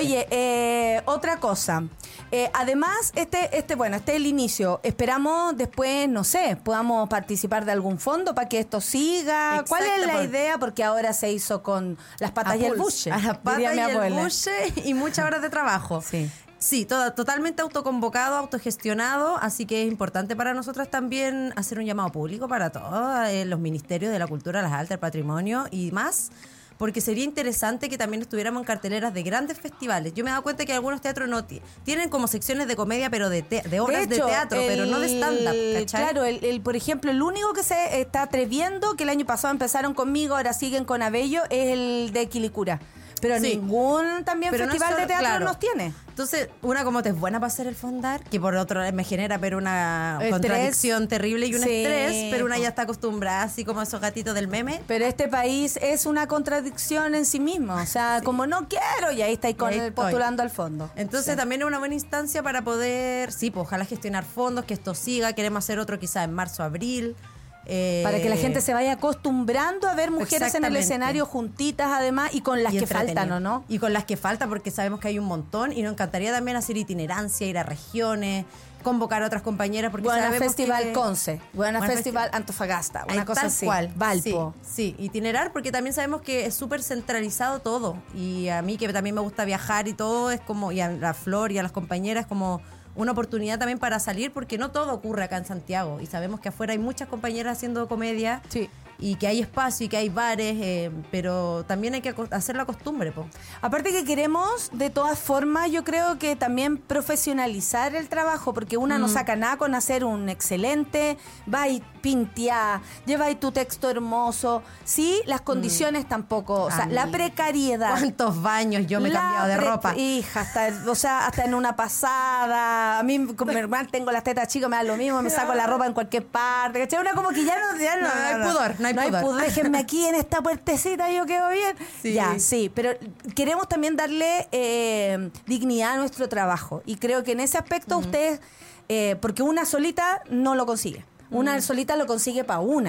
Oye, otra cosa. Además, este es el inicio. Esperamos después, no sé, podamos participar de algún fondo para que esto siga. ¿Cuál es la Exacto. idea? Porque ahora se hizo con las patas y el buche. A las patas diría y mi el abuela. buche y muchas horas de trabajo. Sí. Sí, totalmente autoconvocado, autogestionado, así que es importante para nosotras también hacer un llamado público para todos los ministerios de la cultura, las artes, el patrimonio y más, porque sería interesante que también estuviéramos en carteleras de grandes festivales. Yo me he dado cuenta que algunos teatros no tienen como secciones de comedia, pero de obras de hecho, teatro, pero no de stand-up, ¿cachai? Claro, por ejemplo, el único que se está atreviendo, que el año pasado empezaron conmigo, ahora siguen con Abello, es el de Quilicura. Pero Sí. ningún también Pero no festival solo- de teatro claro. nos tiene. Entonces, una como te es buena para hacer el fondar, que por otro lado me genera pero una Estrés. contradicción terrible y un Sí, estrés, pero una po. ya está acostumbrada, así como esos gatitos del meme. Pero este país es una contradicción en sí mismo. O sea, como no quiero, y ahí estáis Y ahí estoy. postulando al fondo. Entonces Sí. también es una buena instancia para poder, sí, pues ojalá gestionar fondos, que esto siga, queremos hacer otro quizá en marzo, abril. Para que la gente se vaya acostumbrando a ver mujeres en el Exactamente. escenario juntitas, además, y con las y que entretenido. faltan, ¿o no? Y con las que faltan, porque sabemos que hay un montón y nos encantaría también hacer itinerancia, ir a regiones, convocar a otras compañeras, porque Buena sabemos Festival que... Buena Buena Festival Antofagasta, una Ay, cosa tal así. cual. Valpo. Sí, itinerar, porque también sabemos que es súper centralizado todo. Y a mí, que también me gusta viajar y todo, es como, y a la Flor y a las compañeras, como una oportunidad también para salir, porque no todo ocurre acá en Santiago. Y sabemos que afuera hay muchas compañeras haciendo comedia. Sí. Y que hay espacio y que hay bares, pero también hay que hacer la costumbre, po. Aparte que queremos, de todas formas, yo creo que también profesionalizar el trabajo, porque una no saca nada con hacer un excelente, va y pintea, lleva ahí tu texto hermoso. Sí, las condiciones tampoco, o sea, la Amiga. precariedad. ¿Cuántos baños yo me he La cambiado de ropa? Hija, hasta en una pasada. A mí, como mi hermana, tengo las tetas chicas, me da lo mismo, me saco la ropa en cualquier parte. ¿Cachai? Una como que ya no hay pudor, no hay pudor. Déjenme aquí en esta puertecita, yo quedo bien. Sí. Ya, sí, pero queremos también darle dignidad a nuestro trabajo. Y creo que en ese aspecto ustedes, porque una solita no lo consigue. Una solita lo consigue para una.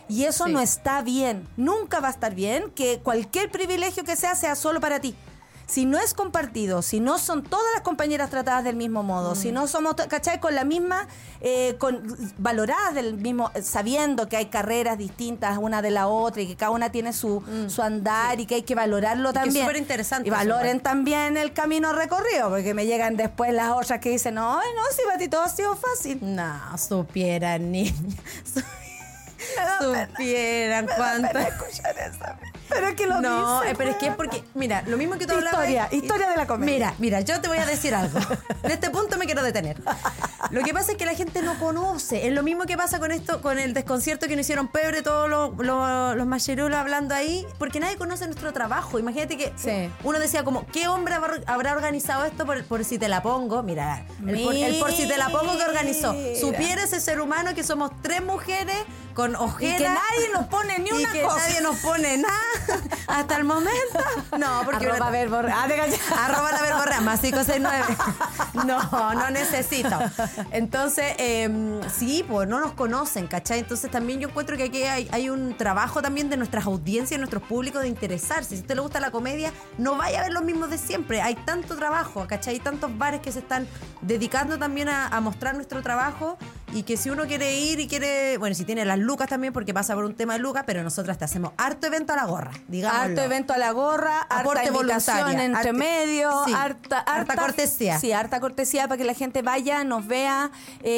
Y eso no está bien. Nunca va a estar bien que cualquier privilegio que sea solo para ti. Si no es compartido, si no son todas las compañeras tratadas del mismo modo, si no somos, ¿cachai? Con la misma, valoradas del mismo, sabiendo que hay carreras distintas una de la otra y que cada una tiene su andar y que hay que valorarlo también. Que es súper interesante. Y valoren también el camino recorrido, porque me llegan después las otras que dicen, no, si para ti todo ha sido fácil. No, supieran, niña. Supieran cuánto. Pero es que lo no, dice, pero es que es porque, mira, lo mismo que tú hablabas. Historia de la comedia. Mira, yo te voy a decir algo. En este punto me quiero detener. Lo que pasa es que la gente no conoce. Es lo mismo que pasa con esto, con el desconcierto que nos hicieron pebre todos los macherulos hablando ahí, porque nadie conoce nuestro trabajo. Imagínate que uno decía como, ¿qué hombre habrá organizado esto por si te la pongo? Mira, el por si te la pongo que organizó. Supiera ese ser humano que somos 3 mujeres con ojeras. Y que nadie nos pone ni una y que cosa. nadie nos pone nada hasta el momento. No, porque arroba verborrea. Arroba la verborrea, más 569. No necesito. Entonces, sí, pues no nos conocen, ¿cachai? Entonces también yo encuentro que aquí hay un trabajo también de nuestras audiencias, de nuestros públicos de interesarse. Si a usted le gusta la comedia, no vaya a ver los mismos de siempre. Hay tanto trabajo, ¿cachai? Hay tantos bares que se están dedicando también a mostrar nuestro trabajo y que si uno quiere ir y quiere, bueno, si tiene las lucas también, porque pasa por un tema de lucas, pero nosotras te hacemos harto evento a la gorra, digamos. Harto evento a la gorra, aporte harta invitación voluntaria, entre medio, sí, harta cortesía. Sí, harta cortesía para que la gente vaya, nos vea.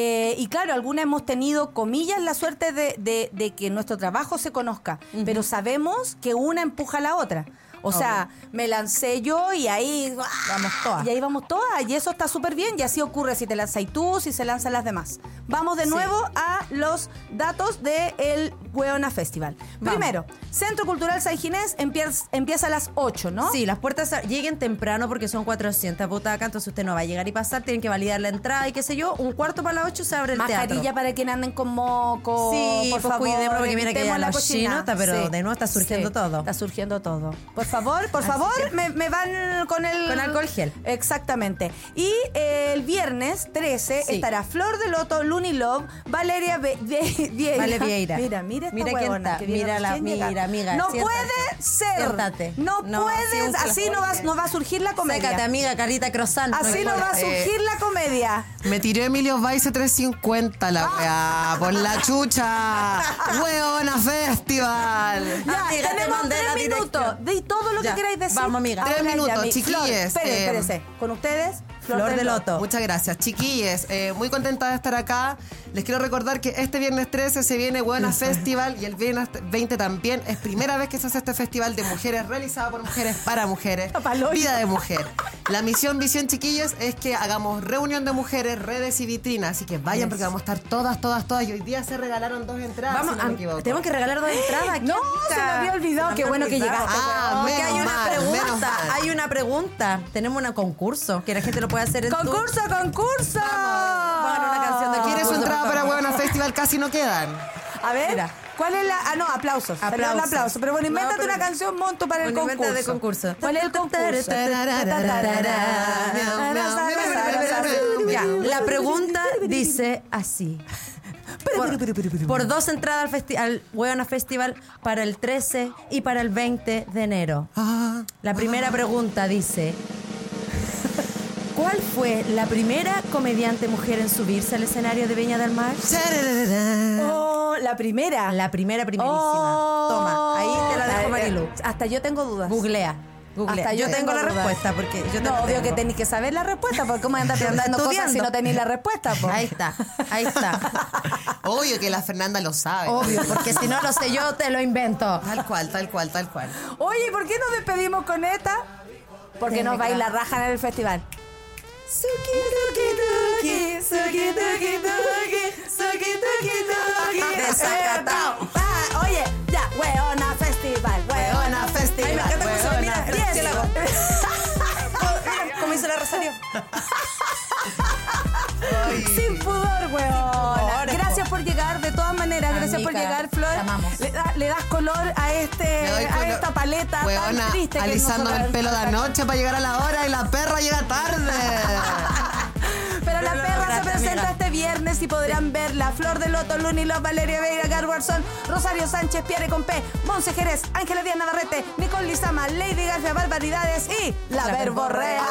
Y claro, algunas hemos tenido, comillas, la suerte de que nuestro trabajo se conozca, pero sabemos que una empuja a la otra. O sea, me lancé yo y ahí vamos todas. Y ahí vamos todas. Y eso está súper bien. Y así ocurre si te lanzas tú, si se lanzan las demás. Vamos de nuevo a los datos del Hueona Festival. Vamos. Primero, Centro Cultural San Ginés empieza a las 8, ¿no? Sí, las puertas lleguen temprano porque son 400 butacas, entonces usted no va a llegar y pasar, tienen que validar la entrada y qué sé yo. 7:45 se abre el teatro. Mascarilla para quienes anden con moco. Sí, por pues favor, cuidémonos porque mira que ya evitemos la cochinada. chinota, pero de nuevo está surgiendo todo. Está surgiendo todo. Por favor, me van con el... Con alcohol gel. Exactamente. Y el viernes 13 estará Flor de Loto, Looney Love, Valeria Vieira. Vale Vieira. Mira esta quién huevona está. que viene recién llegar. amiga. No siéntate. puede ser. Siéntate. No, puedes. así No va a surgir la comedia. Sécate, amiga, carita croissant. Así no va a surgir la comedia. Me tiró Emilio Vice 350 la weá, por la chucha. Hueona Festival. Ya, Amiga, te tenemos mandé 3 la minutos. dirección. De todo lo que Ya, queráis decir. vamos, amiga. Ahora 3 minutos, ya, chiquilles. Flor, espérese. Con ustedes, Flor de Loto. Muchas gracias, chiquilles. Muy contenta de estar acá. Les quiero recordar que este viernes 13 se viene Hueona Festival y el viernes 20 también. Es primera vez que se hace este festival de mujeres realizado por mujeres para mujeres. Vida de mujer. La misión, visión, chiquillos, es que hagamos reunión de mujeres, redes y vitrinas. Así que vayan porque vamos a estar todas. Y hoy día se regalaron 2 entradas, Vamos, si no me equivoco. tenemos que regalar 2 entradas. No, se me había olvidado. Qué bueno que llegaste. Porque hay menos una mal, menos pregunta. mal. Hay una pregunta. Tenemos un concurso que la gente lo puede hacer en ¡Concurso! Vamos a ganar una canción de ¿Quieres concurso, su entrada por para favor. Hueona Festival? Casi no quedan. A ver, Mira. ¿cuál es la...? Ah, no, aplausos. Salió un aplauso. Pero bueno, invéntate No, pero- una canción, monto para el Bueno, inventa concurso. de concurso. ¿Cuál es el concurso? Ya, la pregunta dice así. Por 2 entradas al Hueona Festival para el 13 y para el 20 de enero. La primera pregunta dice: ¿cuál fue la primera comediante mujer en subirse al escenario de Viña del Mar? Oh, la primera. La primerísima. Toma, ahí te la dejo, Marilu. Hasta yo tengo dudas. Googlea. Hasta Yo tengo la dudas. respuesta porque yo No, te obvio que tenéis que saber la respuesta, porque cómo andas preguntando cosas si estudiando. no tenéis la respuesta, po. Ahí está. Obvio que la Fernanda lo sabe. Obvio, porque si no lo sé yo, te lo invento. Tal cual. Oye, ¿y por qué nos despedimos con esta? Porque nos va a ir la raja en el festival. Desacatado. Oye, ya, Hueona Festival, Hueona Festival. Ay, me encanta cómo se ve, mira, Hueona mira, ¿qué le hago? Festival. ¿Cómo hizo la Rosario? Sin pudor, weón. Gracias por llegar, de todas maneras. Gracias por Amiga, llegar, Flor. te amamos. Le das color a Le doy color. esta paleta Hueona, tan triste que alisándome nosotros- el pelo de anoche para llegar a la hora y la perra llega tarde. Pero Pero la perra se presenta este viernes y podrán ver la Flor de Loto, Luni Love, Valeria Veira, Garwarzón, Rosario Sánchez, Pierre Compé, Monse Jerez, Ángela Díaz Navarrete, Nicole Lizama, Lady García Barbaridades y La Verborrea.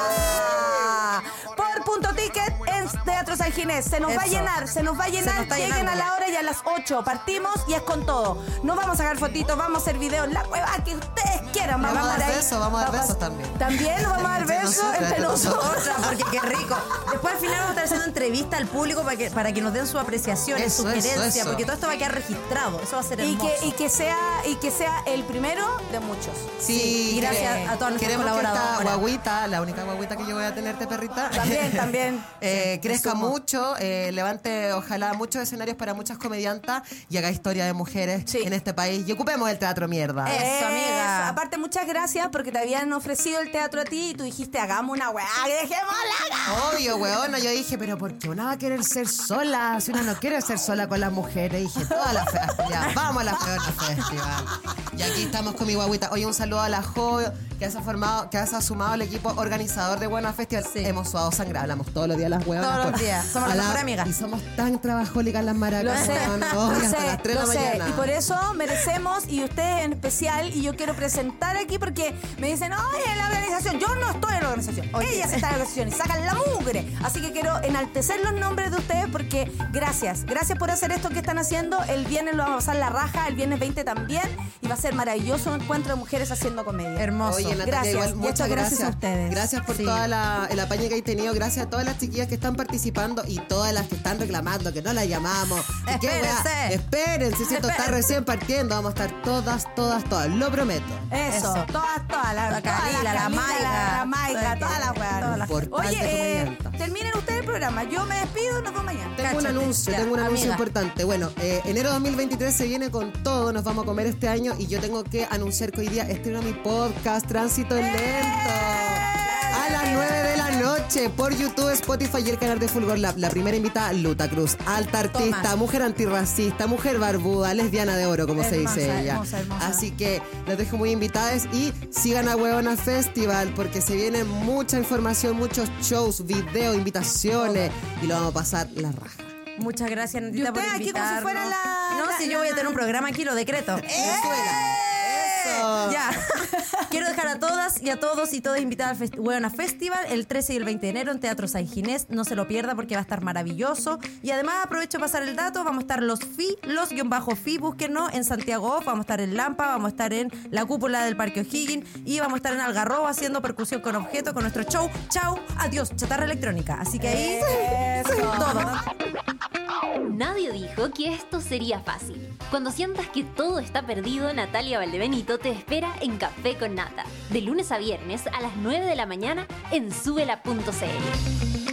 Por Punto Ticket en Teatro San Ginés. Se nos va a llenar. Lleguen a la hora y a las 8 partimos y es con todo. Nos vamos a sacar fotitos, vamos a hacer videos, la hueva que ustedes quieran. Vamos a dar besos también. También nos vamos a dar besos entre nosotros. Porque qué rico. Después al final vamos a estar haciendo entrevista al público para que nos den su apreciación, su sugerencia, porque todo esto va a quedar registrado. Eso va a ser hermoso. Y que sea el primero de muchos. Sí, y gracias a todos nuestros colaboradores. Que esta guaguita, la única guaguita que yo voy a tenerte, perrita, también crezca mucho, levante ojalá muchos escenarios para muchas comediantas y haga historia de mujeres en este país y ocupemos el teatro mierda. Eso, amiga. Aparte, muchas gracias porque te habían ofrecido el teatro a ti y tú dijiste, hagamos una weá, dejémosla. Obvio, weona, yo dije, pero ¿por qué una va a querer ser sola? Si una no quiere ser sola con las mujeres, dije, todas las festival, vamos a la Feona Festival. Y aquí estamos con mi guaguita. Oye, un saludo a la Jo que se ha sumado al equipo organizador de Buena Festival. Sí. Hemos sudado sangre, hablamos todos los días las huevas. Todos los días. Somos las mejores amigas. Y somos tan trabajólicas las maracas. Hasta las 3 de la mañana. Y por eso merecemos, y ustedes en especial, y yo quiero presentar aquí porque me dicen, oye, la organización. Yo no estoy en la organización. Ellas están en la organización y sacan la mugre. Así que quiero enaltecer los nombres de ustedes porque gracias por hacer esto que están haciendo. El viernes lo vamos a pasar la raja, el viernes 20 también. Y va a ser maravilloso un encuentro de mujeres haciendo comedia. Hermoso. Oye, Natalia, gracias. igual, muchas gracias a ustedes. Gracias por toda el apaño que hay tenido. Gracias a todas las chiquillas que están participando y todas las que están reclamando que no las llamamos. Espérense, si esto está recién partiendo. Vamos a estar todas. Lo prometo. Eso. Todas. La Calila, la Maiga, todas las weas. Oye, comediantas. terminen ustedes el programa. Yo me despido y nos vemos mañana. Tengo un anuncio importante. Bueno, enero 2023 se viene con todo. Nos vamos a comer este año y yo tengo que anunciar que hoy día estreno mi podcast Tránsito Lento. A las 9 de la noche por YouTube, Spotify y el canal de Fulgor Lab. La primera invitada, Luta Cruz, alta artista, mujer antirracista, mujer barbuda, lesbiana de oro, como se dice ella. Hermosa. Así que las dejo muy invitadas y sigan a Huevona Festival porque se viene mucha información, muchos shows, videos, invitaciones y lo vamos a pasar la raja. Muchas gracias, Natita, por aquí como si invitarnos. fuera yo voy a tener un programa aquí, lo decreto. Eso. Ya. Quiero dejar a todas y a todos y todas invitadas al Huevona Festival el 13 y el 20 de enero en Teatro San Ginés. No se lo pierda porque va a estar maravilloso. Y además aprovecho de pasar el dato. Vamos a estar los FI, búsquenos en Santiago Off. Vamos a estar en Lampa, vamos a estar en la cúpula del Parque O'Higgins y vamos a estar en Algarrobo haciendo percusión con objetos con nuestro show. Chau, adiós, chatarra electrónica. Así que ahí todo. Nadie dijo que esto sería fácil. Cuando sientas que todo está perdido, Natalia Valdebenito te espera en Café con Nata, de lunes a viernes a las 9 de la mañana en subela.cl.